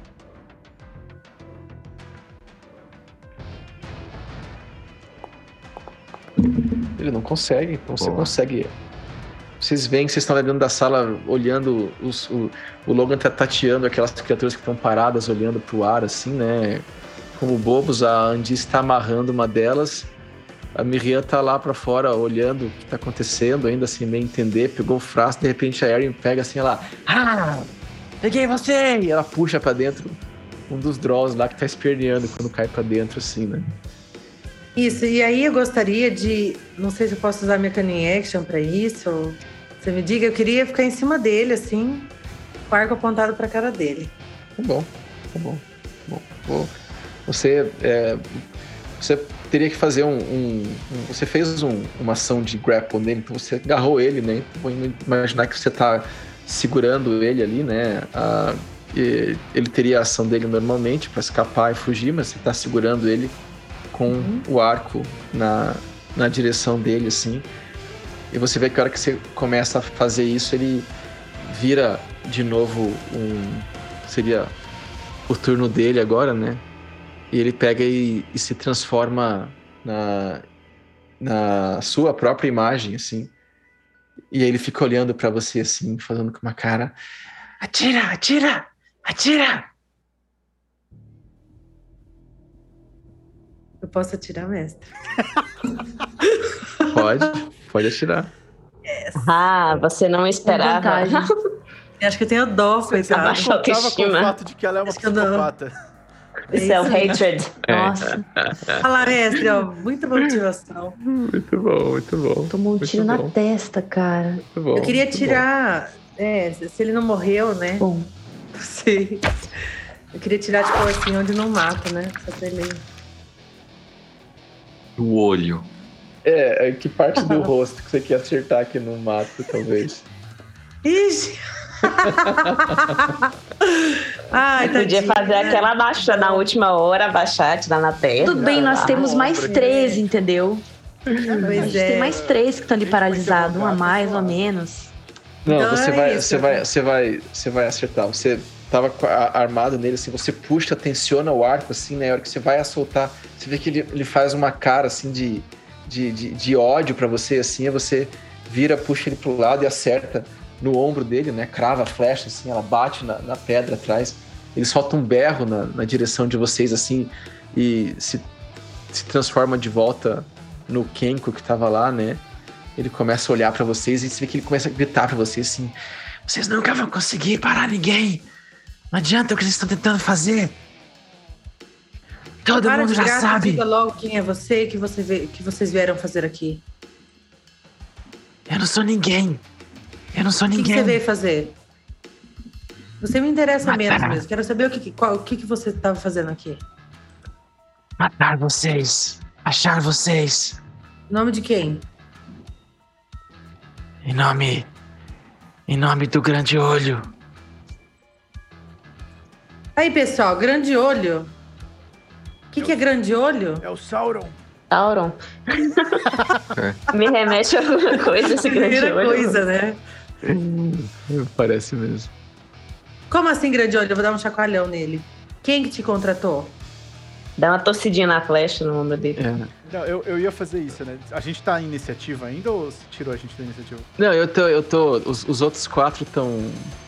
Ele não consegue, então você consegue. Vocês veem que vocês estão lá dentro da sala olhando. O Logan tá tateando aquelas criaturas que estão paradas, olhando pro ar, assim, né? Como bobos. A Andice está amarrando uma delas. A Miriam tá lá pra fora olhando o que tá acontecendo, ainda assim, meio entender. Pegou o frasco, de repente a Erin pega assim, ela. Peguei você! E ela puxa pra dentro um dos draws lá que tá esperneando quando cai pra dentro, assim, né? Isso, e aí eu gostaria de... Não sei se eu posso usar minha Cunning Action pra isso, ou você me diga. Eu queria ficar em cima dele, assim, com o arco apontado pra cara dele. Tá bom. Você teria que fazer você fez uma ação de grapple nele, então você agarrou ele, né? Vou imaginar que você tá segurando ele ali, né? Ele teria a ação dele normalmente pra escapar e fugir, mas você tá segurando ele com o arco na direção dele, assim. E você vê que a hora que você começa a fazer isso, ele vira de novo seria o turno dele agora, né? E ele pega e se transforma na sua própria imagem, assim. E aí ele fica olhando pra você, assim, falando com uma cara: Atira! Atira! Atira! Eu posso atirar, mestre? Pode atirar. Você não esperava. Eu acho que eu tenho dó, coitado. Abaixou a Tava com o autoestima. fato de que ela é uma psicopata. Self-hatred. Nossa. Olha lá, mestre, ó, muita motivação. Muito bom. Tomou um tiro na testa, cara. Muito bom. Eu queria tirar... se ele não morreu, né? Bom. Não sei. Eu queria tirar, tipo assim, onde não mata, né? Só pra ele... O olho. Que parte do rosto que você quer acertar que não mata, talvez. Ixi! Ai, Podia fazer aquela baixa na última hora, abaixar, tirar na testa. Tudo bem, nós temos mais 3, entendeu? A Pois gente tem mais 3 que estão ali paralisados, um a mais, um a menos. Não, Então você vai acertar. Você tava armado nele, assim, você puxa, tensiona o arco, assim, né? A hora que você vai soltar, você vê que ele faz uma cara, assim, de ódio pra você, assim, aí você vira, puxa ele pro lado e acerta no ombro dele, né? Crava a flecha, assim, ela bate na pedra atrás. Ele solta um berro na direção de vocês, assim, e se transforma de volta no Kenko que tava lá, né? Ele começa a olhar pra vocês e você vê que ele começa a gritar pra vocês, assim: vocês nunca vão conseguir parar ninguém! Não adianta o que vocês estão tentando fazer! Todo mundo já sabe! Diga logo quem é você e que vocês vieram fazer aqui. Eu não sou ninguém! O que você veio fazer? Você me interessa menos mesmo. Quero saber o que você estava fazendo aqui. Matar vocês. Achar vocês. Em nome de quem? Em nome do Grande Olho. Aí, pessoal, Grande Olho. O que é Grande Olho? É o Sauron. Sauron. Me remete a alguma coisa esse grande Primeira olho. coisa, né? Parece mesmo. Como assim, Grande Olho? Eu vou dar um chacoalhão nele. Quem que te contratou? Dá uma torcidinha na flecha no ombro dele. Não, eu ia fazer isso, né? A gente tá em iniciativa ainda ou você tirou a gente da iniciativa? Não, eu tô. Os outros 4 estão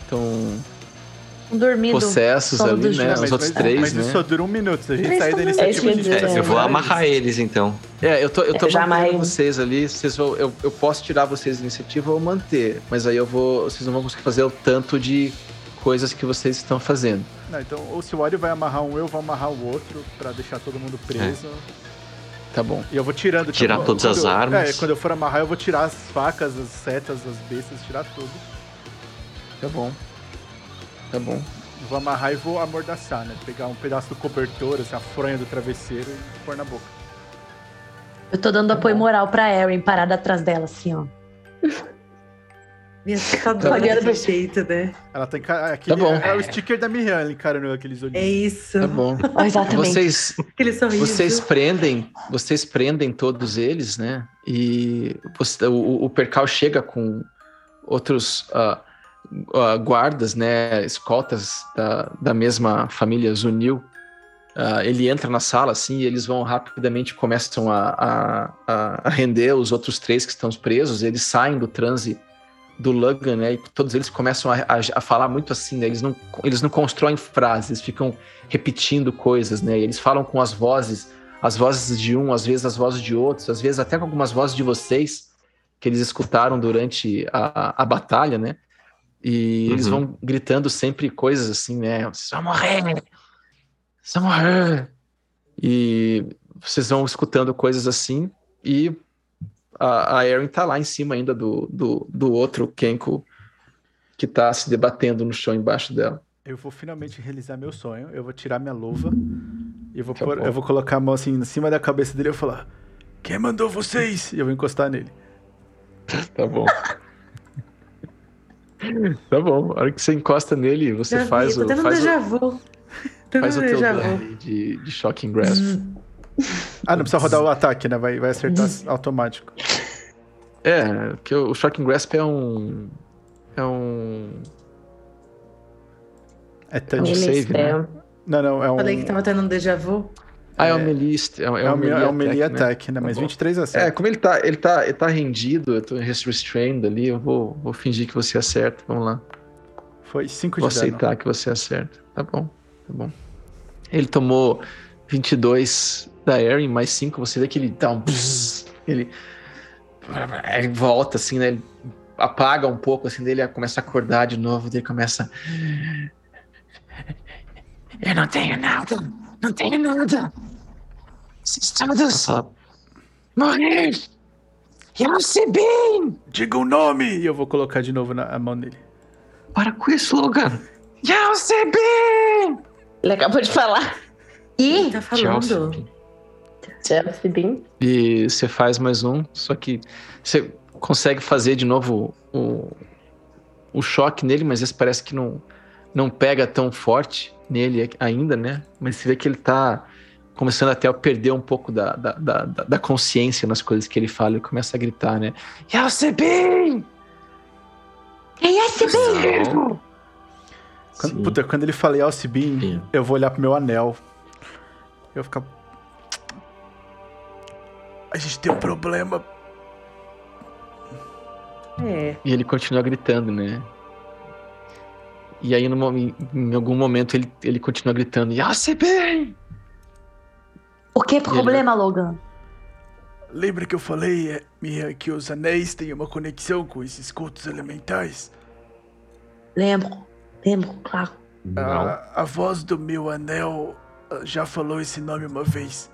Dormindo. possessos sono ali, do né? João. Os outros 3, mas né? isso só dura 1 minuto. Se a gente Eles sair da estão iniciativa, a gente nesse- vai Eu vou amarrar eles, então. Eu tô já amarrei. mantendo vocês ali. Eu posso tirar vocês da iniciativa ou manter. Mas aí vocês não vão conseguir fazer o tanto de coisas que vocês estão fazendo. Não, então, ou se o Wario vai amarrar um, eu vou amarrar o outro pra deixar todo mundo preso. Tá bom. E eu vou tirando... Tirar tipo, todas as armas. Quando eu for amarrar, eu vou tirar as facas, as setas, as bestas, tirar tudo. Tá bom. Tá bom. Eu vou amarrar e vou amordaçar, né? Pegar um pedaço do cobertor, assim, a fronha do travesseiro e pôr na boca. Eu tô dando apoio moral pra Erin, parada atrás dela, assim, ó. Minha assustadora Olhando desse jeito, né? Ela tá Tá bom. É o sticker da Miriam, ela encarando aqueles olhinhos. É isso. Tá bom. Exatamente. Aquele sorriso. Vocês prendem todos eles, né? E o Percal chega com outros guardas, né? Escoltas da mesma família Zunil. Ele entra na sala, assim, e eles vão rapidamente, começam a render os outros 3 que estão presos. Eles saem do transe do Logan, né? E todos eles começam a falar muito assim, né? Eles não constroem frases, eles ficam repetindo coisas, né? E eles falam com as vozes de um, às vezes as vozes de outros, às vezes até com algumas vozes de vocês que eles escutaram durante a batalha, né? E eles vão gritando sempre coisas assim, né? Vocês vão morrer! Vocês vão morrer! E vocês vão escutando coisas assim e a Erin tá lá em cima ainda do outro Kenko que tá se debatendo no chão embaixo dela. Eu vou finalmente realizar meu sonho. Eu vou tirar minha luva e Tá bom. eu vou colocar a mão assim em cima da cabeça dele e eu vou falar: quem mandou vocês? E eu vou encostar nele. Tá bom. Tá bom. A hora que você encosta nele, você faz Tô tendo um déjà vu. faz o teu dano de Shocking Grasp. Ah, não precisa rodar o ataque, né? Vai acertar automático. Porque o Shocking Grasp é um É touch Ele save, né? Não, é um... Falei que tava tendo um déjà vu. É um melee. É um melee né? attack, né? Mas Tá bom. 23 acerta. Como ele tá rendido, eu tô restrained ali, eu vou fingir que você acerta. Vamos lá. Foi 5 Vou de dano. aceitar que você acerta. Tá bom. Ele tomou 22 da Erin, mais 5, você vê que ele dá um... Ele volta, assim, né? Ele apaga um pouco, assim, dele começa a acordar de novo, daí começa... Eu não tenho nada. Vocês todos morrer. Eu sei bem. Diga o nome! E eu vou colocar de novo na mão dele. Para com isso, Logan. Eu sei bem. Ele acabou de falar. Ih, tá falando. Chelsea Bean. E você faz mais um, só que você consegue fazer de novo o choque nele, mas esse parece que não pega tão forte nele ainda, né? Mas você vê que ele tá começando até a perder um pouco da consciência nas coisas que ele fala. Ele começa a gritar, né? Eu sei bem! Quem é esse bem? Quando ele fala Alcibin, Sim. eu vou olhar pro meu anel. Eu vou ficar... A gente tem um problema. E ele continua gritando, né? E aí, em algum momento, ele continua gritando, eu sei bem! O que problema, Logan? Lembra que eu falei, Mia, que os anéis têm uma conexão com esses cultos elementais? Lembro, claro. A voz do meu anel já falou esse nome uma vez.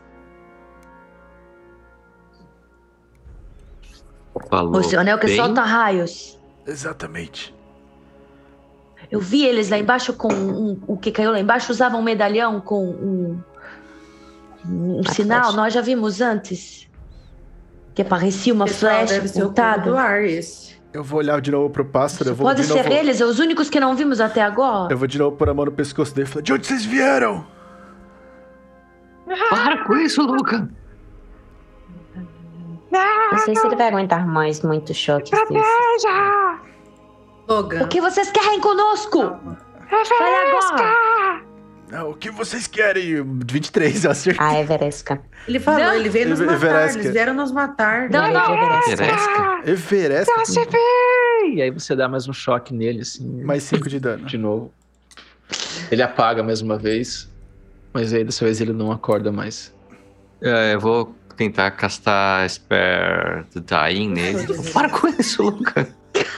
Falou O seu anel que bem. solta raios. Exatamente. Eu vi eles lá embaixo com o que caiu lá embaixo usava um medalhão com um sinal. Nós já vimos antes. Que parecia uma flecha deve ser o apontada. do ar, esse. Eu vou olhar de novo pro pássaro. Pode ser eles, os únicos que não vimos até agora. Eu vou de novo pôr a mão no pescoço dele e falar: de onde vocês vieram? Para com isso, Logan! Não sei se ele vai aguentar mais muitos choques desses. Logan. O que vocês querem conosco? Vai agora. O que vocês querem? 23, eu acertei. A Everesca. Ele falou, Não. ele veio nos matar. Everesca. Eles vieram nos matar. Não, não. Everesca. E aí você dá mais um choque nele, assim. Mais 5 de dano. De novo. Ele apaga mais uma vez. Mas aí dessa vez ele não acorda mais. Eu vou tentar castar Spare the Dying nele. Para com isso, Logan!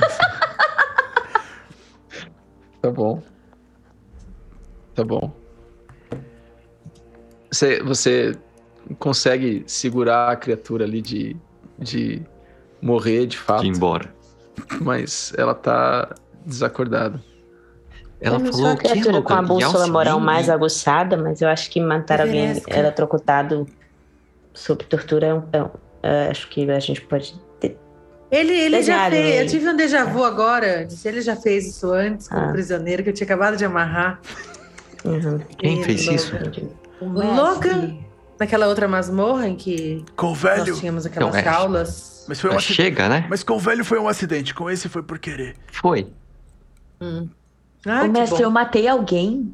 Tá bom. Tá bom. Você consegue segurar a criatura ali de morrer, de fato. De ir embora. Mas ela tá desacordada. Ela Eu não sou falou uma o quê, criatura com a Logan? bússola Yalcin? moral mais aguçada, mas eu acho que matar alguém Everesca. eletrocutado sob tortura acho que a gente pode ter. Ele já Desenhado fez. nele. Eu tive um déjà vu agora. Ele já fez isso antes com o prisioneiro que eu tinha acabado de amarrar. Uhum. Quem fez isso? O Logan, naquela outra masmorra em que Com o velho. nós tínhamos aquelas Não, jaulas. Mas foi um acidente. Chega, né? Mas com o velho foi um acidente. Com esse foi por querer. Foi. Ah, Ô, que mestre, bom. eu matei alguém.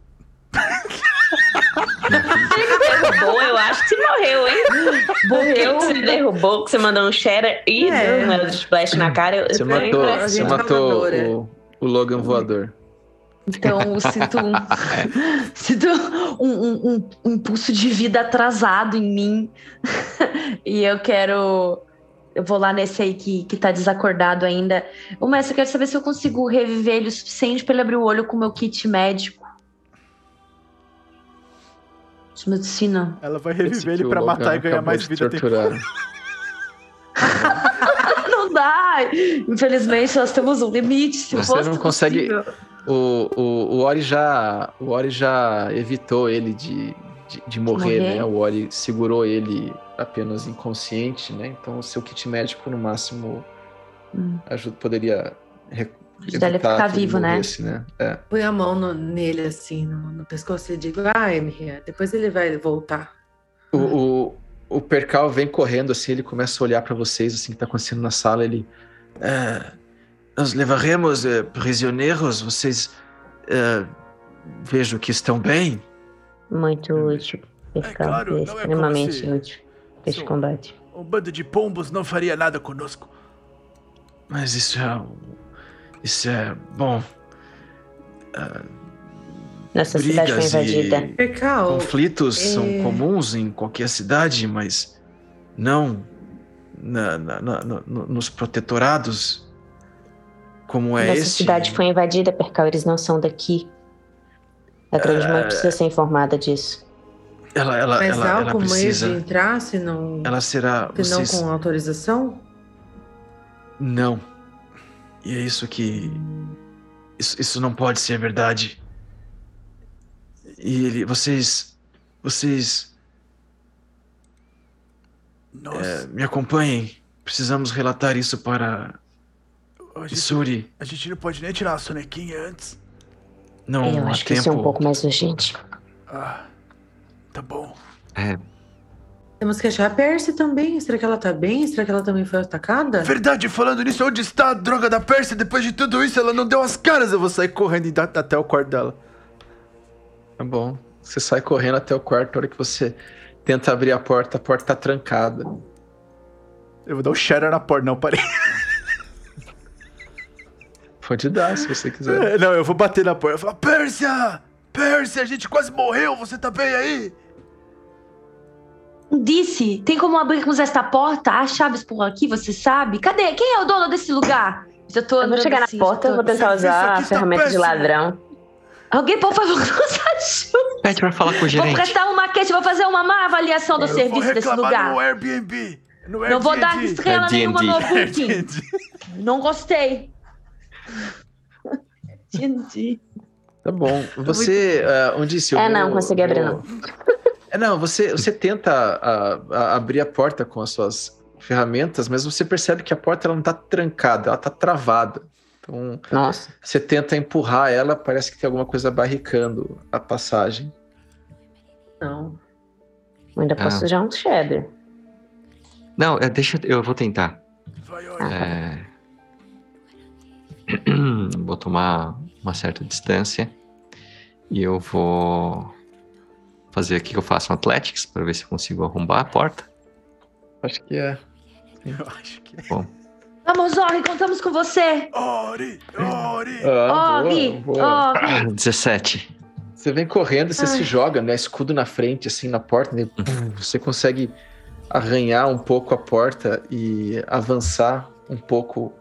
Derrubou, eu acho que você morreu, hein? Morreu, você derrubou, que você mandou um shatter e deu uma splash na cara. Você eu matou, a você gente matou voadora. o Logan voador. Então eu sinto um impulso de vida atrasado em mim. E eu vou lá nesse aí que tá desacordado ainda. Ô, mestre, eu quero saber se eu consigo reviver ele o suficiente pra ele abrir o olho com o meu kit médico. De medicina. Ela vai Esse reviver que ele o pra Logan matar e ganhar acabou mais de vida. torturar. Não dá! Infelizmente, nós temos um limite. Se Você fosse não consegue- possível. O Ori já evitou ele de morrer, morrer? né? O Ori segurou ele apenas inconsciente, né? Então o seu kit médico, no máximo, poderia Ajudar ele a evitar ficar que ele vivo, né? morresse, né? É. Põe a mão nele, assim, no pescoço e digo, Emir, depois ele vai voltar. O Percal vem correndo, assim, ele começa a olhar para vocês, assim, que tá acontecendo na sala, ele... nós levaremos prisioneiros, vocês vejam que estão bem? Muito útil. claro, não é como Extremamente se- útil para este combate. Um bando de pombos não faria nada conosco. Mas isso é bom. Nossa cidade foi Brigas invadida. e Percal, conflitos são comuns em qualquer cidade, mas não nos protetorados como é Nossa esse. cidade foi invadida, Percal. Eles não são daqui. A grande mãe precisa ser informada disso. mas há Ela algum meio de precisa. entrar se não, Ela será. se não Vocês, com autorização? não. E é isso que. Isso não pode ser verdade. E vocês Nossa, me acompanhem. Precisamos relatar isso para Isuri. a gente não pode nem tirar a sonequinha antes. Não Eu há acho que tempo. isso é um pouco mais urgente. Ah, tá bom. Temos que achar a Percy também. Será que ela tá bem? Será que ela também foi atacada? Verdade, falando nisso, onde está a droga da Percy? Depois de tudo isso, ela não deu as caras. Eu vou sair correndo e dar até o quarto dela. Tá bom. Você sai correndo até o quarto. A hora que você tenta abrir a porta tá trancada. Eu vou dar um shatter na porta. Não, parei. Pode dar, se você quiser. Não, eu vou bater na porta. Eu vou falar, Pérsia! Pérsia, a gente quase morreu. Você tá bem aí? Disse, tem como abrirmos esta porta? Há chaves por aqui, você sabe? Cadê? Quem é o dono desse lugar? Eu vou chegar na porta, eu vou tentar Serviço usar aqui a está ferramenta de péssimo. ladrão. Alguém, por favor, nos ajude. Pede pra falar com o Vou gerente. prestar uma queixa, vou fazer uma má avaliação do Eu vou serviço desse reclamar lugar. no Airbnb. No Não vou dar Airbnb. estrela É nenhuma D&D. no Booking. Não gostei. Entendi. Tá bom. Você, Undici, não consegui abrir, não. Não, você tenta abrir a porta com as suas ferramentas, mas você percebe que a porta ela não tá trancada, ela tá travada. Então, Nossa. você tenta empurrar ela, parece que tem alguma coisa barricando a passagem. Não. Ainda posso sujar um cheddar. Não, eu vou tentar. Vou tomar uma certa distância e eu vou fazer aqui que eu faço um Athletics para ver se eu consigo arrombar a porta. Acho que é. Eu acho que é. Bom, Vamos, Ori, contamos com você. Ori! Ori! 17. Você vem correndo e você se joga, né? Escudo na frente, assim, na porta. Né? Você consegue arranhar um pouco a porta e avançar um pouco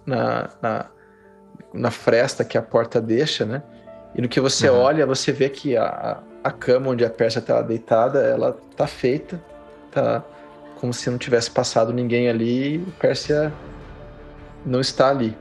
na fresta que a porta deixa, né? E no que você olha, você vê que a cama onde a Pérsia tá deitada, ela tá feita. Tá como se não tivesse passado ninguém ali e o Pérsia não está ali.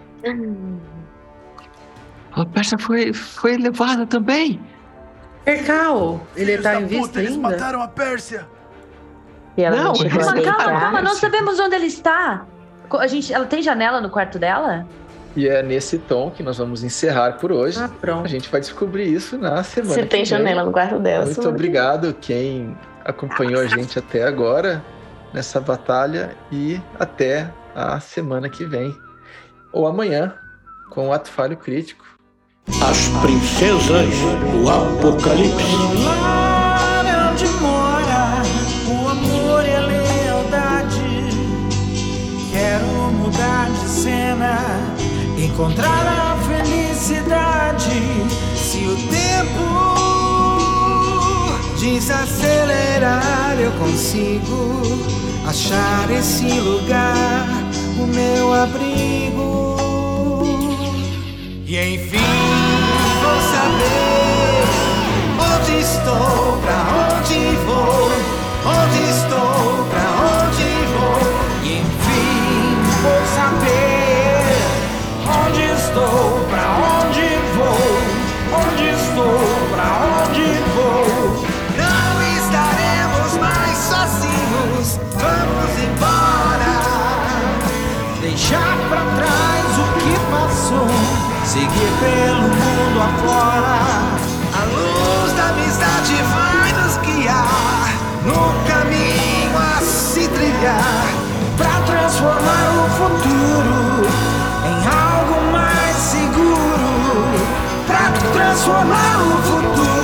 A Pérsia foi levada também. Percal, ele Filhos tá da em vista puta, eles ainda? mataram a Pérsia. E ela Não, não chegou a Calma, deitar. calma, não sabemos onde ele está. Ela tem janela no quarto dela? E é nesse tom que nós vamos encerrar por hoje. Ah, pronto. A gente vai descobrir isso na semana Se que tem vem. janela no quarto dela. Muito obrigado quem acompanhou a gente até agora nessa batalha e até a semana que vem. Ou amanhã, com o Ato Falho Crítico. As princesas do Apocalipse. Lá onde mora o amor e a lealdade. Quero mudar de cena, encontrar a felicidade. Se o tempo desacelerar, eu consigo achar esse lugar, o meu abrigo. E enfim vou saber onde estou, pra onde vou, onde estou, pra onde vou. E enfim vou saber onde estou, pra onde vou, onde estou, pra onde vou. Não estaremos mais sozinhos, vamos embora, deixar pra trás o que passou, seguir pelo mundo afora. A luz da amizade vai nos guiar no caminho a se trilhar, pra transformar o futuro em algo mais seguro, pra transformar o futuro